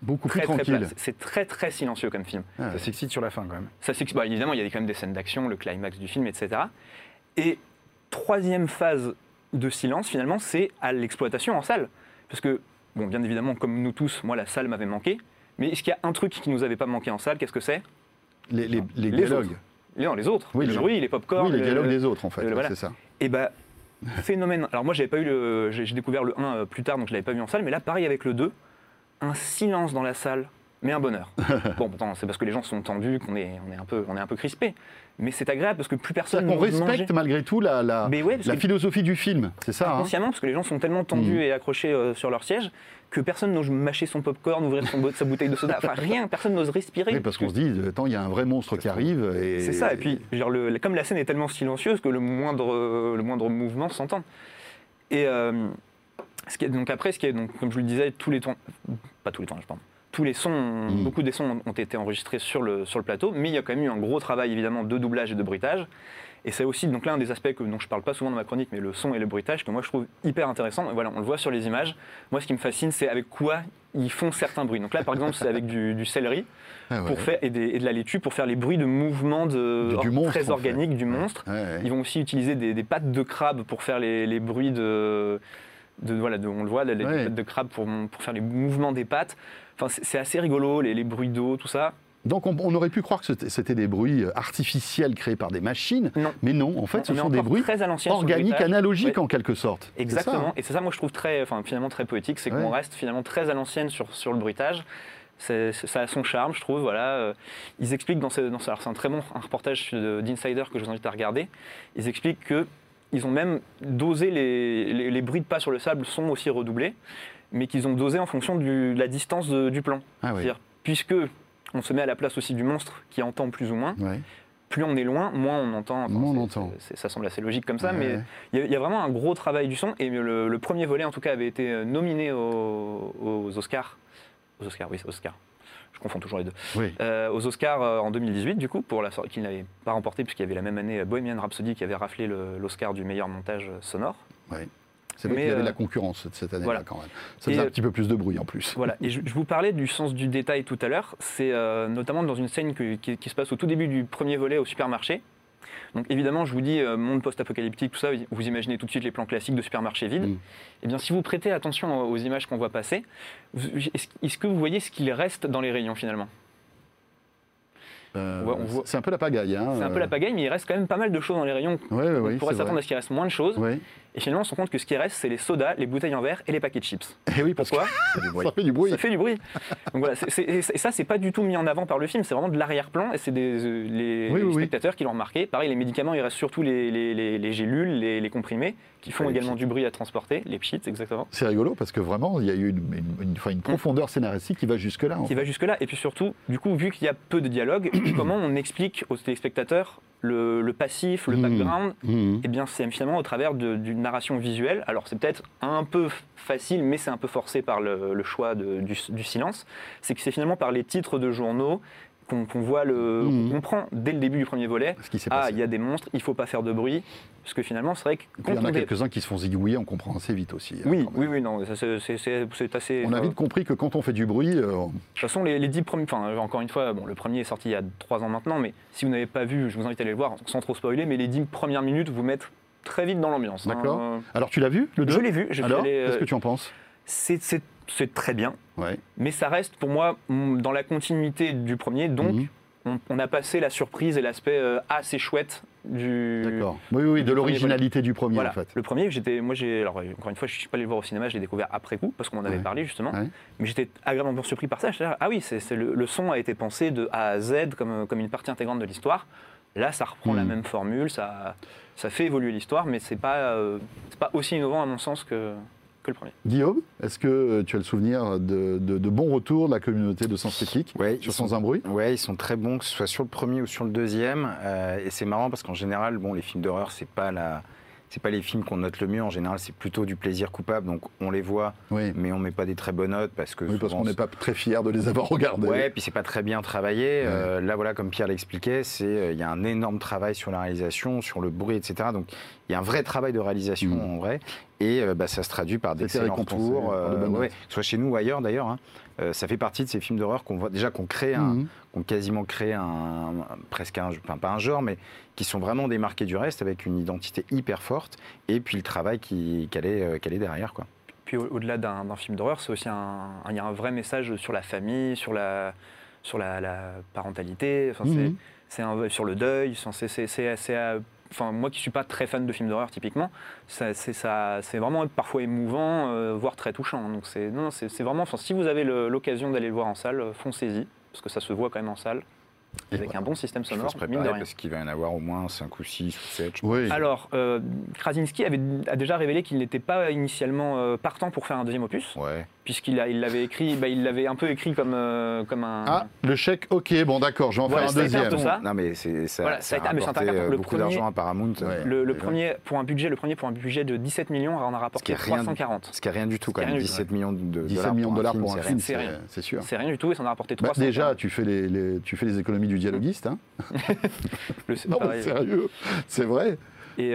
Beaucoup plus tranquille. C'est très très silencieux comme film. Ça s'excite sur la fin quand même. Ça s'excite, évidemment, il y a quand même des scènes d'action, le climax du film, etc. Et troisième phase de silence, finalement, c'est à l'exploitation en salle. Parce que, bon, bien évidemment, comme nous tous, moi, la salle m'avait manqué. Mais est-ce qu'il y a un truc qui nous avait pas manqué en salle? Qu'est-ce que c'est? Les dialogues. Non, les autres. Oui, le bruit, les pop-corn. Oui, les dialogues des autres, en fait. Voilà. C'est ça. Et phénomène. Alors moi, j'avais pas eu j'ai découvert le 1 plus tard, donc je l'avais pas vu en salle. Mais là, pareil avec le 2, un silence dans la salle, mais un bonheur. Bon, pourtant, c'est parce que les gens sont tendus qu'on est un peu crispés. Mais c'est agréable parce que plus personne. On respecte malgré tout la philosophie du film, c'est ça. Inconsciemment, parce que les gens sont tellement tendus et accrochés sur leur siège que personne n'ose mâcher son popcorn, ouvrir sa bouteille de soda. Enfin, rien, personne n'ose respirer. Oui, parce qu'on se dit, il y a un vrai monstre qui arrive. C'est ça. Et puis, comme la scène est tellement silencieuse que le moindre mouvement s'entend. Et comme je le disais, tous les sons, beaucoup des sons ont été enregistrés sur le plateau, mais il y a quand même eu un gros travail évidemment de doublage et de bruitage. Et c'est aussi donc l'un des aspects dont je ne parle pas souvent dans ma chronique, mais le son et le bruitage que moi je trouve hyper intéressant. Et voilà, on le voit sur les images. Moi, ce qui me fascine, c'est avec quoi ils font certains bruits. Donc là, par exemple, c'est avec du céleri pour faire, et de la laitue pour faire les bruits de mouvement du monstre, très organiques du monstre. Ils vont aussi utiliser des pattes de crabe pour faire les bruits on le voit, les pattes de crabe pour faire les mouvements des pattes. Enfin, c'est assez rigolo, les bruits d'eau, tout ça. Donc on aurait pu croire que c'était des bruits artificiels créés par des machines, mais non, en fait, ce sont des bruits organiques, analogiques en quelque sorte. Exactement, et c'est ça, moi je trouve finalement très poétique, c'est qu'on reste finalement très à l'ancienne sur le bruitage. Ça a son charme, je trouve. Voilà. Ils expliquent alors c'est un très bon reportage d'Insider que je vous invite à regarder. Ils expliquent qu'ils ont même dosé les bruits de pas sur le sable sont aussi redoublés, mais qu'ils ont dosé en fonction de la distance du plan. C'est-à-dire, puisque on se met à la place aussi du monstre qui entend plus ou moins, plus on est loin, moins on entend. Ça semble assez logique comme ça, mais il y a vraiment un gros travail du son. Et le premier volet, en tout cas, avait été nominé aux Oscars. Aux Oscars, oui, c'est Oscars. Je confonds toujours les deux. Aux Oscars en 2018, du coup, qu'il n'avait pas remporté, puisqu'il y avait la même année Bohemian Rhapsody qui avait raflé l'Oscar du meilleur montage sonore. C'est vrai qu'il y avait de la concurrence cette année-là quand même. Ça faisait un petit peu plus de bruit en plus. Voilà. Et je vous parlais du sens du détail tout à l'heure. C'est notamment dans une scène qui se passe au tout début du premier volet au supermarché. Donc évidemment, je vous dis, monde post-apocalyptique, tout ça, vous imaginez tout de suite les plans classiques de supermarché vide. Eh bien, si vous prêtez attention aux images qu'on voit passer, est-ce que vous voyez ce qu'il reste dans les rayons finalement? C'est un peu la pagaille. C'est un peu la pagaille, mais il reste quand même pas mal de choses dans les rayons. On pourrait s'attendre à ce qu'il reste moins de choses. Et finalement, on se rend compte que ce qui reste, c'est les sodas, les bouteilles en verre et les paquets de chips. Et oui, pourquoi? Ça fait du bruit. Ça fait du bruit. Donc voilà, et ça, c'est pas du tout mis en avant par le film, c'est vraiment de l'arrière-plan et c'est les spectateurs qui l'ont remarqué. Pareil, les médicaments, il reste surtout les gélules, les comprimés, qui font également du bruit à transporter, les pchits, exactement. C'est rigolo parce que vraiment, il y a eu une profondeur scénaristique qui va jusque-là. Va jusque-là. Et puis surtout, du coup, vu qu'il y a peu de dialogue, comment on explique aux téléspectateurs le passif, le background, eh bien c'est finalement au travers d'une narration visuelle. Alors c'est peut-être un peu facile, mais c'est un peu forcé par le choix du silence. C'est que c'est finalement par les titres de journaux qu'on voit on comprend dès le début du premier volet. Il y a des monstres, il ne faut pas faire de bruit. Parce que finalement, c'est vrai que... Il y en a quelques-uns qui se font zigouiller, on comprend assez vite aussi. Oui, non, c'est assez... On a vite compris que quand on fait du bruit... De toute façon, les 10 premiers... Enfin, encore une fois, le premier est sorti il y a 3 ans maintenant, mais si vous n'avez pas vu, je vous invite à aller le voir, sans trop spoiler, mais les 10 premières minutes vous mettent très vite dans l'ambiance. D'accord. Alors, tu l'as vu, le 2 ? Je l'ai vu. Alors, qu'est-ce que tu en penses ? C'est très bien, mais ça reste pour moi dans la continuité du premier, donc on a passé la surprise et l'aspect assez chouette D'accord. Oui, de l'originalité du premier en fait. Le premier, alors encore une fois, je ne suis pas allé le voir au cinéma, je l'ai découvert après coup, parce qu'on en avait parlé justement, mais j'étais agréablement surpris par ça. Le son a été pensé de A à Z comme une partie intégrante de l'histoire. Là, ça reprend la même formule, ça fait évoluer l'histoire, mais c'est pas aussi innovant à mon sens que le premier. Guillaume, est-ce que tu as le souvenir de bons retours de la communauté de Sens Critique sur Sans un bruit ? Oui, ils sont très bons, que ce soit sur le premier ou sur le deuxième. Et c'est marrant parce qu'en général, les films d'horreur, c'est pas pas les films qu'on note le mieux. En général, c'est plutôt du plaisir coupable. Donc on les voit, mais on met pas des très bonnes notes parce que parce qu'on n'est pas très fiers de les avoir regardés. Ouais, puis c'est pas très bien travaillé. Là, voilà, comme Pierre l'expliquait, il y a un énorme travail sur la réalisation, sur le bruit, etc. Donc il y a un vrai travail de réalisation en vrai. Et ça se traduit par d'excellents retours, soit chez nous ou ailleurs d'ailleurs. Hein. Ça fait partie de ces films d'horreur qu'on voit déjà qu'on quasiment créé pas un genre, mais qui sont vraiment démarqués du reste avec une identité hyper forte et puis le travail qu'elle est derrière, quoi. Puis au-delà d'un film d'horreur, c'est aussi il y a un vrai message sur la famille, sur la parentalité, sur le deuil. Moi qui ne suis pas très fan de films d'horreur typiquement, c'est vraiment parfois émouvant, voire très touchant. Donc c'est vraiment, si vous avez l'occasion d'aller le voir en salle, foncez-y, parce que ça se voit quand même en salle. Avec un bon système sonore, il faut se préparer parce qu'il va y en avoir au moins 5 ou 6 ou 7. Oui. Alors, Krasinski a déjà révélé qu'il n'était pas initialement partant pour faire un deuxième opus, puisqu'il l'avait écrit, il l'avait un peu écrit comme un... Ah, le chèque, ok, bon d'accord, je vais en faire un deuxième. Non mais ça a rapporté beaucoup d'argent à Paramount. Le premier pour un budget de 17 millions, on a rapporté 340. Ce qui est rien du tout quand même, 17 millions de dollars pour un film, c'est sûr. C'est rien du tout et ça en a rapporté 340. Déjà, tu fais les économies du dialoguiste, hein. Non, mais sérieux, c'est vrai. Et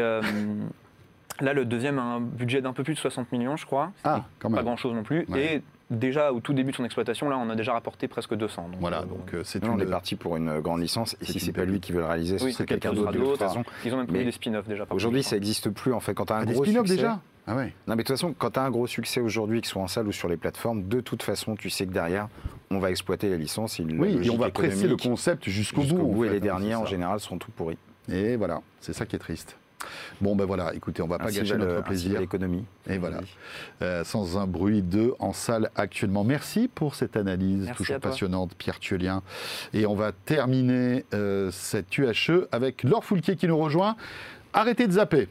là, le deuxième a un budget d'un peu plus de 60 millions, je crois. Ah, quand même. Pas grand-chose non plus. Ouais. Et déjà, au tout début de son exploitation, là, on a déjà rapporté presque 200. Donc, on est parti pour une grande licence. Et si c'est pas lui qui veut le réaliser, c'est quelqu'un d'autre de toute façon. Ils ont même pris des spin-offs déjà. Aujourd'hui, ça n'existe plus en fait. Quand tu as un gros spin-offs succès, déjà. Ah ouais. Non, mais de toute façon, quand tu as un gros succès aujourd'hui, que ce soit en salle ou sur les plateformes, de toute façon, tu sais que derrière, on va exploiter la licence. Et on va presser le concept jusqu'au bout. Et les derniers, en général, sont tout pourris. Et voilà, c'est ça qui est triste. Bon, ben voilà, écoutez, on ne va pas gâcher notre plaisir. L'économie. Et voilà. Sans un bruit de en salle actuellement. Merci pour cette analyse toujours passionnante, Pierre Thiolien. Et on va terminer cette UHE avec Laure Foulquier qui nous rejoint. Arrêtez de zapper.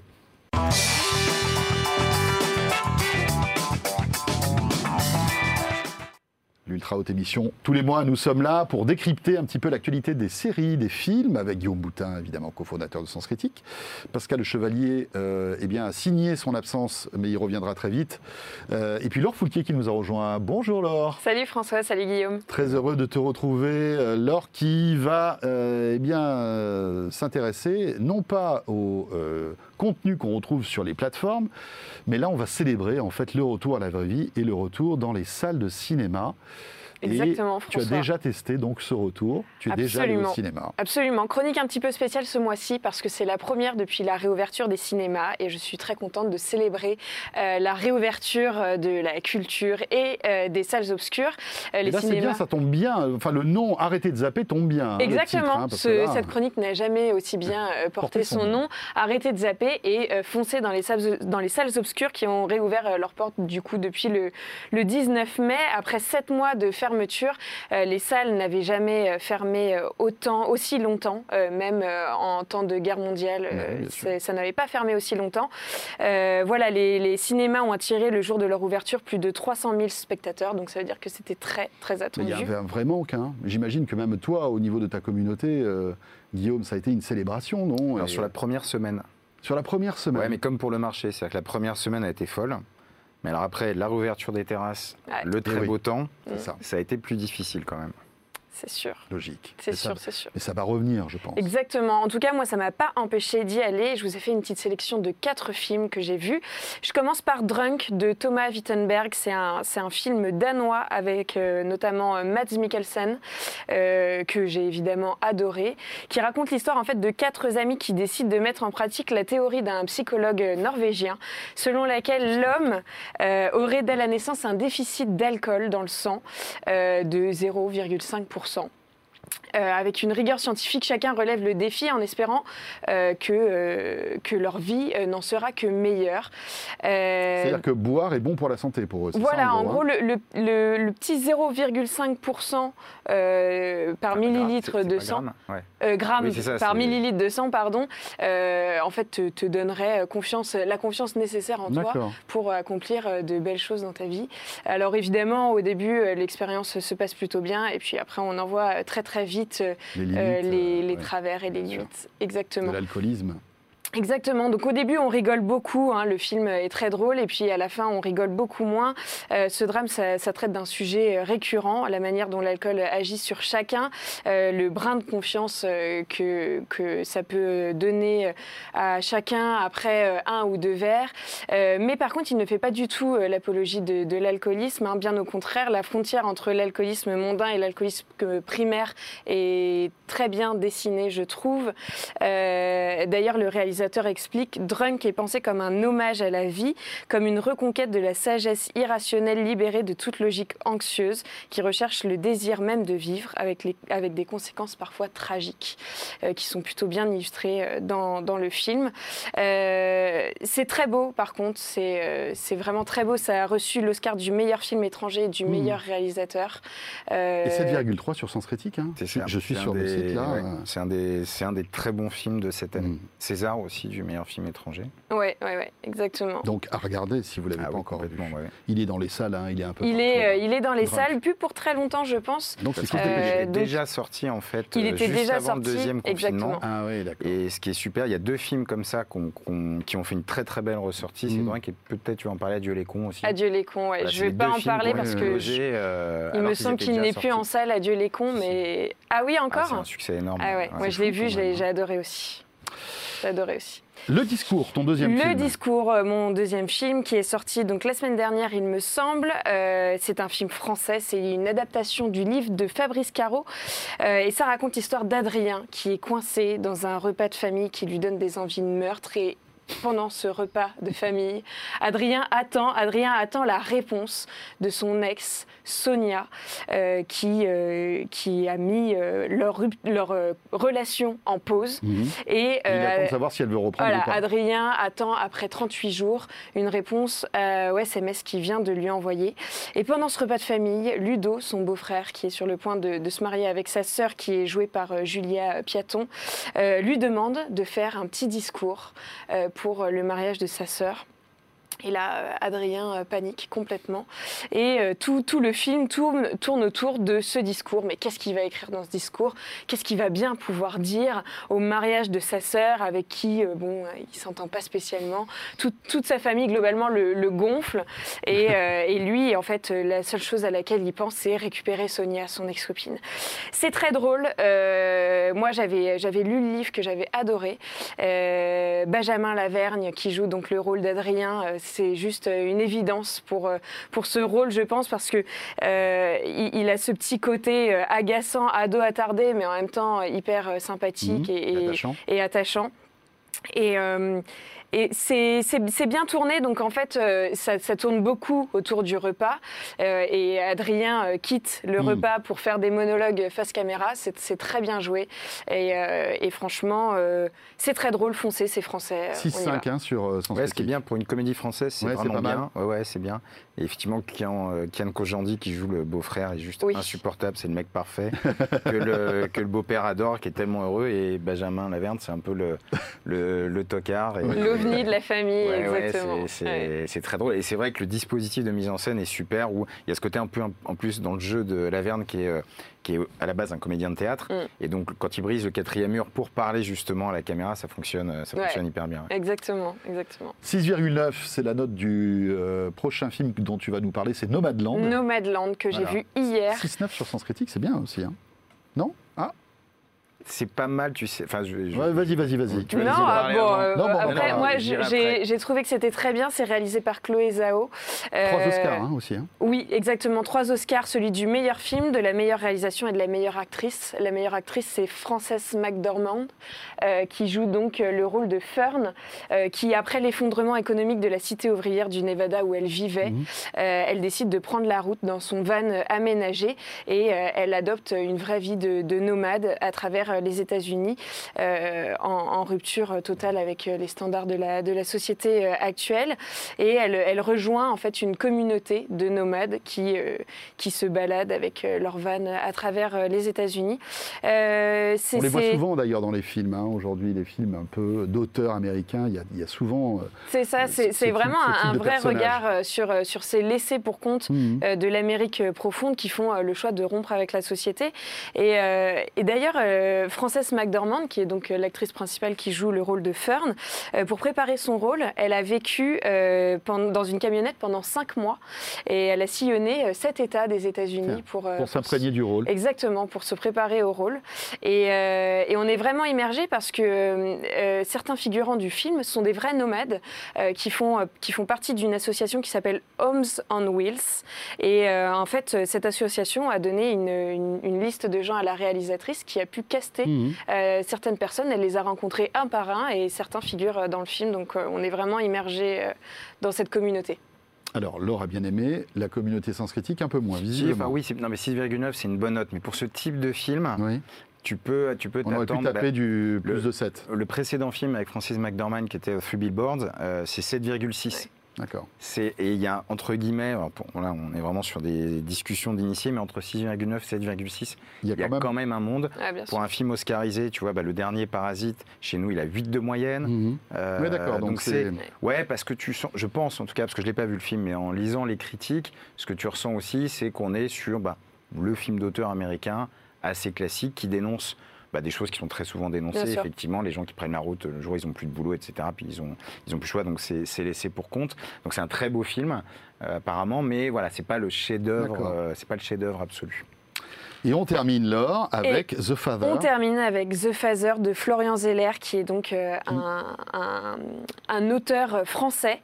L'Ultra Haute Émission. Tous les mois, nous sommes là pour décrypter un petit peu l'actualité des séries, des films, avec Guillaume Boutin, évidemment, cofondateur de Sens Critique. Pascal Chevalier a signé son absence, mais il reviendra très vite. Et puis Laure Foulquier qui nous a rejoint. Bonjour Laure. Salut François, salut Guillaume. Très heureux de te retrouver. Laure qui va s'intéresser non pas au contenu qu'on retrouve sur les plateformes, mais là on va célébrer en fait le retour à la vraie vie et le retour dans les salles de cinéma. Exactement, François. Tu as déjà testé donc ce retour, tu es déjà allé au cinéma. Absolument, chronique un petit peu spéciale ce mois-ci parce que c'est la première depuis la réouverture des cinémas et je suis très contente de célébrer la réouverture de la culture et des salles obscures. Les cinémas... c'est bien, ça tombe bien, enfin le nom Arrêtez de zapper tombe bien. Exactement, cette chronique n'a jamais aussi bien porté son nom. Arrêtez de zapper et foncez dans les salles obscures qui ont réouvert leurs portes du coup depuis le 19 mai, après 7 mois de fermeture. Les salles n'avaient jamais fermé aussi longtemps, même en temps de guerre mondiale, ça n'avait pas fermé aussi longtemps. Voilà, les cinémas ont attiré le jour de leur ouverture plus de 300 000 spectateurs, donc ça veut dire que c'était très, très attendu. Il y avait un vrai manque, hein. J'imagine que même toi, au niveau de ta communauté, Guillaume, ça a été une célébration, non? Alors, sur la première semaine. Sur la première semaine. Ouais, mais comme pour le marché, c'est-à-dire que la première semaine a été folle. Mais alors après, la réouverture des terrasses, le très beau temps, ça a été plus difficile quand même. C'est sûr. Logique. C'est sûr. Mais ça va revenir, je pense. Exactement. En tout cas, moi, ça ne m'a pas empêché d'y aller. Je vous ai fait une petite sélection de 4 films que j'ai vus. Je commence par Drunk de Thomas Wittenberg. C'est un film danois avec notamment Mads Mikkelsen, que j'ai évidemment adoré, qui raconte l'histoire en fait de 4 amis qui décident de mettre en pratique la théorie d'un psychologue norvégien, selon laquelle l'homme aurait dès la naissance un déficit d'alcool dans le sang de 0,5%. Avec une rigueur scientifique, chacun relève le défi en espérant que leur vie n'en sera que meilleure. C'est-à-dire que boire est bon pour la santé pour eux. Voilà, ça, en gros, le petit 0,5% par millilitre de sang, grammes par millilitre de sang, pardon, en fait, te donnerait la confiance nécessaire en toi pour accomplir de belles choses dans ta vie. Alors évidemment, au début, l'expérience se passe plutôt bien, et puis après, on en voit très très vite les travers et les limites. Exactement. De l'alcoolisme. Exactement. Donc au début, on rigole beaucoup. Le film est très drôle. Et puis à la fin, on rigole beaucoup moins. Ce drame, ça traite d'un sujet récurrent, la manière dont l'alcool agit sur chacun, le brin de confiance que ça peut donner à chacun après un ou deux verres. Mais par contre, il ne fait pas du tout l'apologie de l'alcoolisme. Bien au contraire, la frontière entre l'alcoolisme mondain et l'alcoolisme primaire est très bien dessinée, je trouve. D'ailleurs, le réalisateur explique, Drunk est pensé comme un hommage à la vie, comme une reconquête de la sagesse irrationnelle libérée de toute logique anxieuse, qui recherche le désir même de vivre, avec des conséquences parfois tragiques, qui sont plutôt bien illustrées dans le film. C'est très beau, par contre, c'est vraiment très beau. Ça a reçu l'Oscar du meilleur film étranger et du meilleur réalisateur. Et 7,3 sur Sens Critique. Je suis sur le site là. Ouais, c'est un des très bons films de cette année. César aussi du meilleur film étranger. Ouais, exactement. Donc à regarder si vous l'avez pas encore vu. Il est dans les salles, il est un peu. Il est dans les salles, plus pour très longtemps, je pense. Donc il était déjà sorti en fait. Il était juste déjà avant sorti, le deuxième confinement. Exactement. Ah oui, d'accord. Et ce qui est super, il y a 2 films comme ça qui ont fait une très très belle ressortie. C'est vrai que peut-être tu vas en parler, Adieu les cons aussi. Adieu les cons, ouais. Voilà, je vais pas en parler parce que il me semble qu'il n'est plus en salle, Adieu les cons, mais ah oui encore. C'est un succès énorme. Ah ouais, moi je l'ai vu, j'ai adoré aussi. J'ai adoré aussi. Le Discours, ton deuxième film. Le Discours, mon deuxième film qui est sorti donc la semaine dernière, il me semble. C'est un film français, c'est une adaptation du livre de Fabrice Caro. Et ça raconte l'histoire d'Adrien qui est coincé dans un repas de famille qui lui donne des envies de meurtre. Et pendant ce repas de famille, Adrien attend la réponse de son ex, Sonia, qui a mis leur relation en pause. Et il attend de savoir si elle veut reprendre ou pas. Adrien attend, après 38 jours, une réponse au SMS qu'il vient de lui envoyer. Et pendant ce repas de famille, Ludo, son beau-frère, qui est sur le point de se marier avec sa sœur, qui est jouée par Julia Piaton, lui demande de faire un petit discours pour le mariage de sa sœur. Et là, Adrien panique complètement. Et tout le film tourne autour de ce discours. Mais qu'est-ce qu'il va écrire dans ce discours? Qu'est-ce qu'il va bien pouvoir dire au mariage de sa sœur, avec qui, il ne s'entend pas spécialement. Toute sa famille, globalement, le gonfle. Et lui, en fait, la seule chose à laquelle il pense, c'est récupérer Sonia, son ex-copine. C'est très drôle. Moi, j'avais lu le livre que j'avais adoré. Benjamin Lavergne, qui joue donc le rôle d'Adrien, c'est juste une évidence pour ce rôle, je pense, parce que il a ce petit côté agaçant, ado attardé, mais en même temps hyper sympathique et attachant. Et c'est bien tourné, donc en fait, ça tourne beaucoup autour du repas. Et Adrien quitte le repas pour faire des monologues face caméra. C'est très bien joué. Et franchement, c'est très drôle, foncé, c'est français. 6-5 sur Sens Critique. Ce qui est bien pour une comédie française, c'est vraiment bien. Ouais, c'est bien. Et effectivement, Kian Kojandi, qui joue le beau-frère, est juste insupportable. C'est le mec parfait que le beau-père adore, qui est tellement heureux. Et Benjamin Lavergne, c'est un peu le tocard. L'ovni de la famille, exactement. C'est très drôle. Et c'est vrai que le dispositif de mise en scène est super, où il y a ce côté un peu en plus dans le jeu de Lavergne qui est à la base un comédien de théâtre. Et donc, quand il brise le 4e mur pour parler justement à la caméra, ça fonctionne hyper bien. Exactement. 6,9, c'est la note du prochain film dont tu vas nous parler, c'est Nomadland. Nomadland, que j'ai vu hier. 6,9 sur Sens Critique, c'est bien aussi. Non ? C'est pas mal, tu sais. Enfin, vas-y. Après, moi, j'ai trouvé que c'était très bien. C'est réalisé par Chloé Zhao. 3 Oscars aussi. Oui, exactement. 3 Oscars, celui du meilleur film, de la meilleure réalisation et de la meilleure actrice. La meilleure actrice, c'est Frances McDormand, qui joue donc le rôle de Fern, qui, après l'effondrement économique de la cité ouvrière du Nevada où elle vivait, elle décide de prendre la route dans son van aménagé et elle adopte une vraie vie de nomade à travers les États-Unis, en rupture totale avec les standards de la société actuelle. Et elle rejoint en fait une communauté de nomades qui se baladent avec leur van à travers les États-Unis. On les voit souvent d'ailleurs dans les films. Aujourd'hui, les films un peu d'auteurs américains, il y a souvent... c'est ça, c'est vraiment un vrai regard sur ces laissés pour compte de l'Amérique profonde qui font le choix de rompre avec la société. Et d'ailleurs, Frances McDormand, qui est donc l'actrice principale qui joue le rôle de Fern. Pour préparer son rôle, elle a vécu dans une camionnette pendant 5 mois et elle a sillonné 7 États des États-Unis pour s'imprégner du rôle. Exactement, pour se préparer au rôle. Et on est vraiment immergé parce que certains figurants du film sont des vrais nomades qui font partie d'une association qui s'appelle Homes on Wheels. Et en fait, cette association a donné une liste de gens à la réalisatrice qui a pu caster certaines personnes. Elle les a rencontrés un par un et certains figurent dans le film. Donc on est vraiment immergé dans cette communauté. Alors, Laure a bien aimé, la communauté Sens Critique un peu moins, visiblement. Oui, mais 6,9 c'est une bonne note, mais pour ce type de film, tu peux on aurait pu taper du plus de 7. Le précédent film avec Frances McDormand qui était Three Billboards, c'est 7,6. D'accord. Et il y a entre guillemets, là on est vraiment sur des discussions d'initiés, mais entre 6,9 et 7,6, il y a quand même un monde. Pour un film oscarisé, tu vois, le dernier Parasite, chez nous il a 8 de moyenne. Oui, d'accord. Donc c'est... Ouais, parce que tu sens, je pense en tout cas, parce que je ne l'ai pas vu le film, mais en lisant les critiques, ce que tu ressens aussi, c'est qu'on est sur le film d'auteur américain assez classique qui dénonce des choses qui sont très souvent dénoncées, effectivement, les gens qui prennent la route, le jour où ils n'ont plus de boulot, etc., puis ils ont plus le choix, donc c'est laissé pour compte. Donc c'est un très beau film, apparemment, mais voilà, c'est pas le chef-d'œuvre, c'est pas le chef-d'œuvre absolu. Et on termine, Laure, avec The Father. On termine avec The Father de Florian Zeller, qui est donc un auteur français.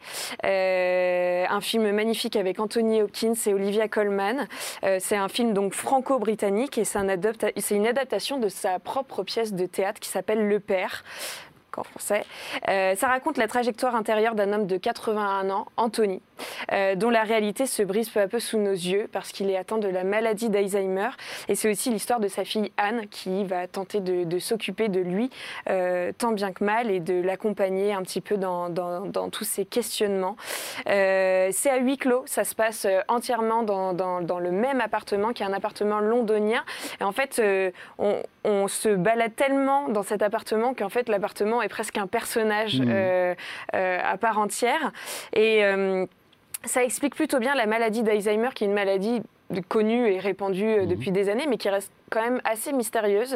Un film magnifique avec Anthony Hopkins et Olivia Colman. C'est un film donc franco-britannique et c'est une adaptation de sa propre pièce de théâtre qui s'appelle Le Père. En français. Ça raconte la trajectoire intérieure d'un homme de 81 ans, Anthony, dont la réalité se brise peu à peu sous nos yeux parce qu'il est atteint de la maladie d'Alzheimer. Et c'est aussi l'histoire de sa fille Anne qui va tenter de s'occuper de lui tant bien que mal et de l'accompagner un petit peu dans tous ces questionnements. C'est à huis clos, ça se passe entièrement dans le même appartement qui est un appartement londonien. Et en fait, on se balade tellement dans cet appartement qu'en fait l'appartement est presque un personnage à part entière. Et ça explique plutôt bien la maladie d'Alzheimer, qui est une maladie connue et répandue depuis des années, mais qui reste quand même assez mystérieuse.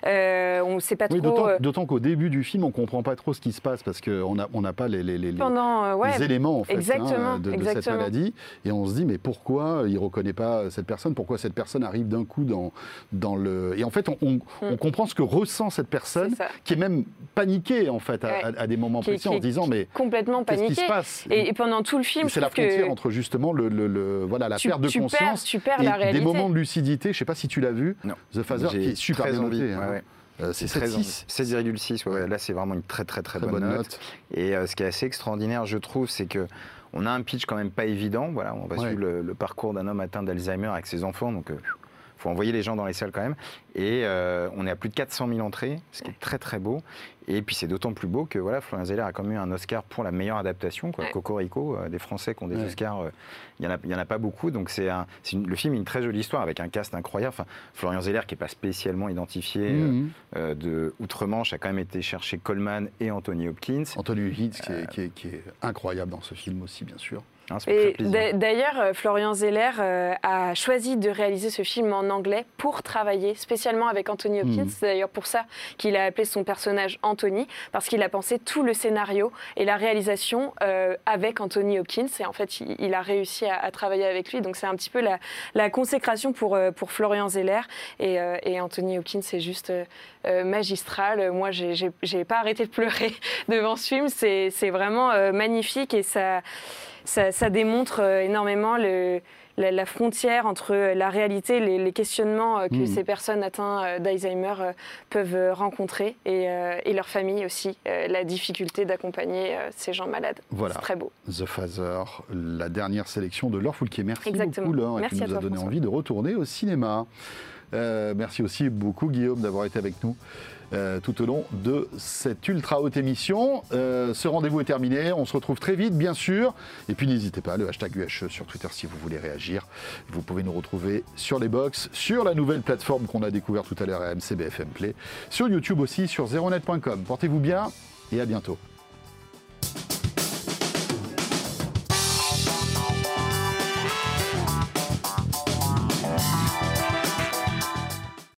On ne sait pas trop... D'autant qu'au début du film, on ne comprend pas trop ce qui se passe parce qu'on n'a pas les éléments en fait, de cette maladie. Et on se dit, mais pourquoi il ne reconnaît pas cette personne? Pourquoi cette personne arrive d'un coup dans le... Et en fait, on comprend ce que ressent cette personne, qui est même paniquée en fait, à des moments précis, en se disant, mais complètement paniquée. Qu'est-ce qui se passe? Et pendant tout le film, c'est la frontière entre justement la perte de conscience et des moments de lucidité. Je ne sais pas si tu l'as vu. Non. The Father, qui est super bien noté. C'est 7,6. Ouais. Là, c'est vraiment une très bonne note. Et ce qui est assez extraordinaire, je trouve, c'est que on a un pitch quand même pas évident. Voilà, on va suivre le parcours d'un homme atteint d'Alzheimer avec ses enfants. Donc, faut envoyer les gens dans les salles quand même. Et on est à plus de 400 000 entrées, ce qui est très beau. Et puis c'est d'autant plus beau que Florian Zeller a quand même eu un Oscar pour la meilleure adaptation. Cocorico, des Français qui ont des Oscars, il y en a pas beaucoup. Donc le film a une très jolie histoire avec un cast incroyable. Enfin, Florian Zeller, qui n'est pas spécialement identifié de Outre-Manche, a quand même été chercher Colman et Anthony Hopkins. Anthony Hopkins qui est incroyable dans ce film aussi, bien sûr. Et d'ailleurs, Florian Zeller a choisi de réaliser ce film en anglais pour travailler spécialement avec Anthony Hopkins. C'est d'ailleurs pour ça qu'il a appelé son personnage Anthony, parce qu'il a pensé tout le scénario et la réalisation avec Anthony Hopkins. Et en fait, il a réussi à travailler avec lui. Donc c'est un petit peu la consécration pour Florian Zeller. Et Anthony Hopkins, c'est juste magistral. Moi, j'ai pas arrêté de pleurer devant ce film. C'est vraiment magnifique et ça démontre énormément la frontière entre la réalité et les questionnements que ces personnes atteintes d'Alzheimer peuvent rencontrer et leur famille aussi, la difficulté d'accompagner ces gens malades. Voilà. C'est très beau. The Father, la dernière sélection de Laure Foulquier. Merci beaucoup, Laure, qui nous a donné envie de retourner au cinéma. Merci aussi beaucoup, Guillaume, d'avoir été avec nous tout au long de cette ultra haute émission. Ce rendez-vous est terminé. On se retrouve très vite, bien sûr. Et puis n'hésitez pas, le hashtag UHE sur Twitter si vous voulez réagir. Vous pouvez nous retrouver sur les box, sur la nouvelle plateforme qu'on a découvert tout à l'heure, RMC BFM Play, sur YouTube aussi, sur zeronet.com. Portez-vous bien et à bientôt.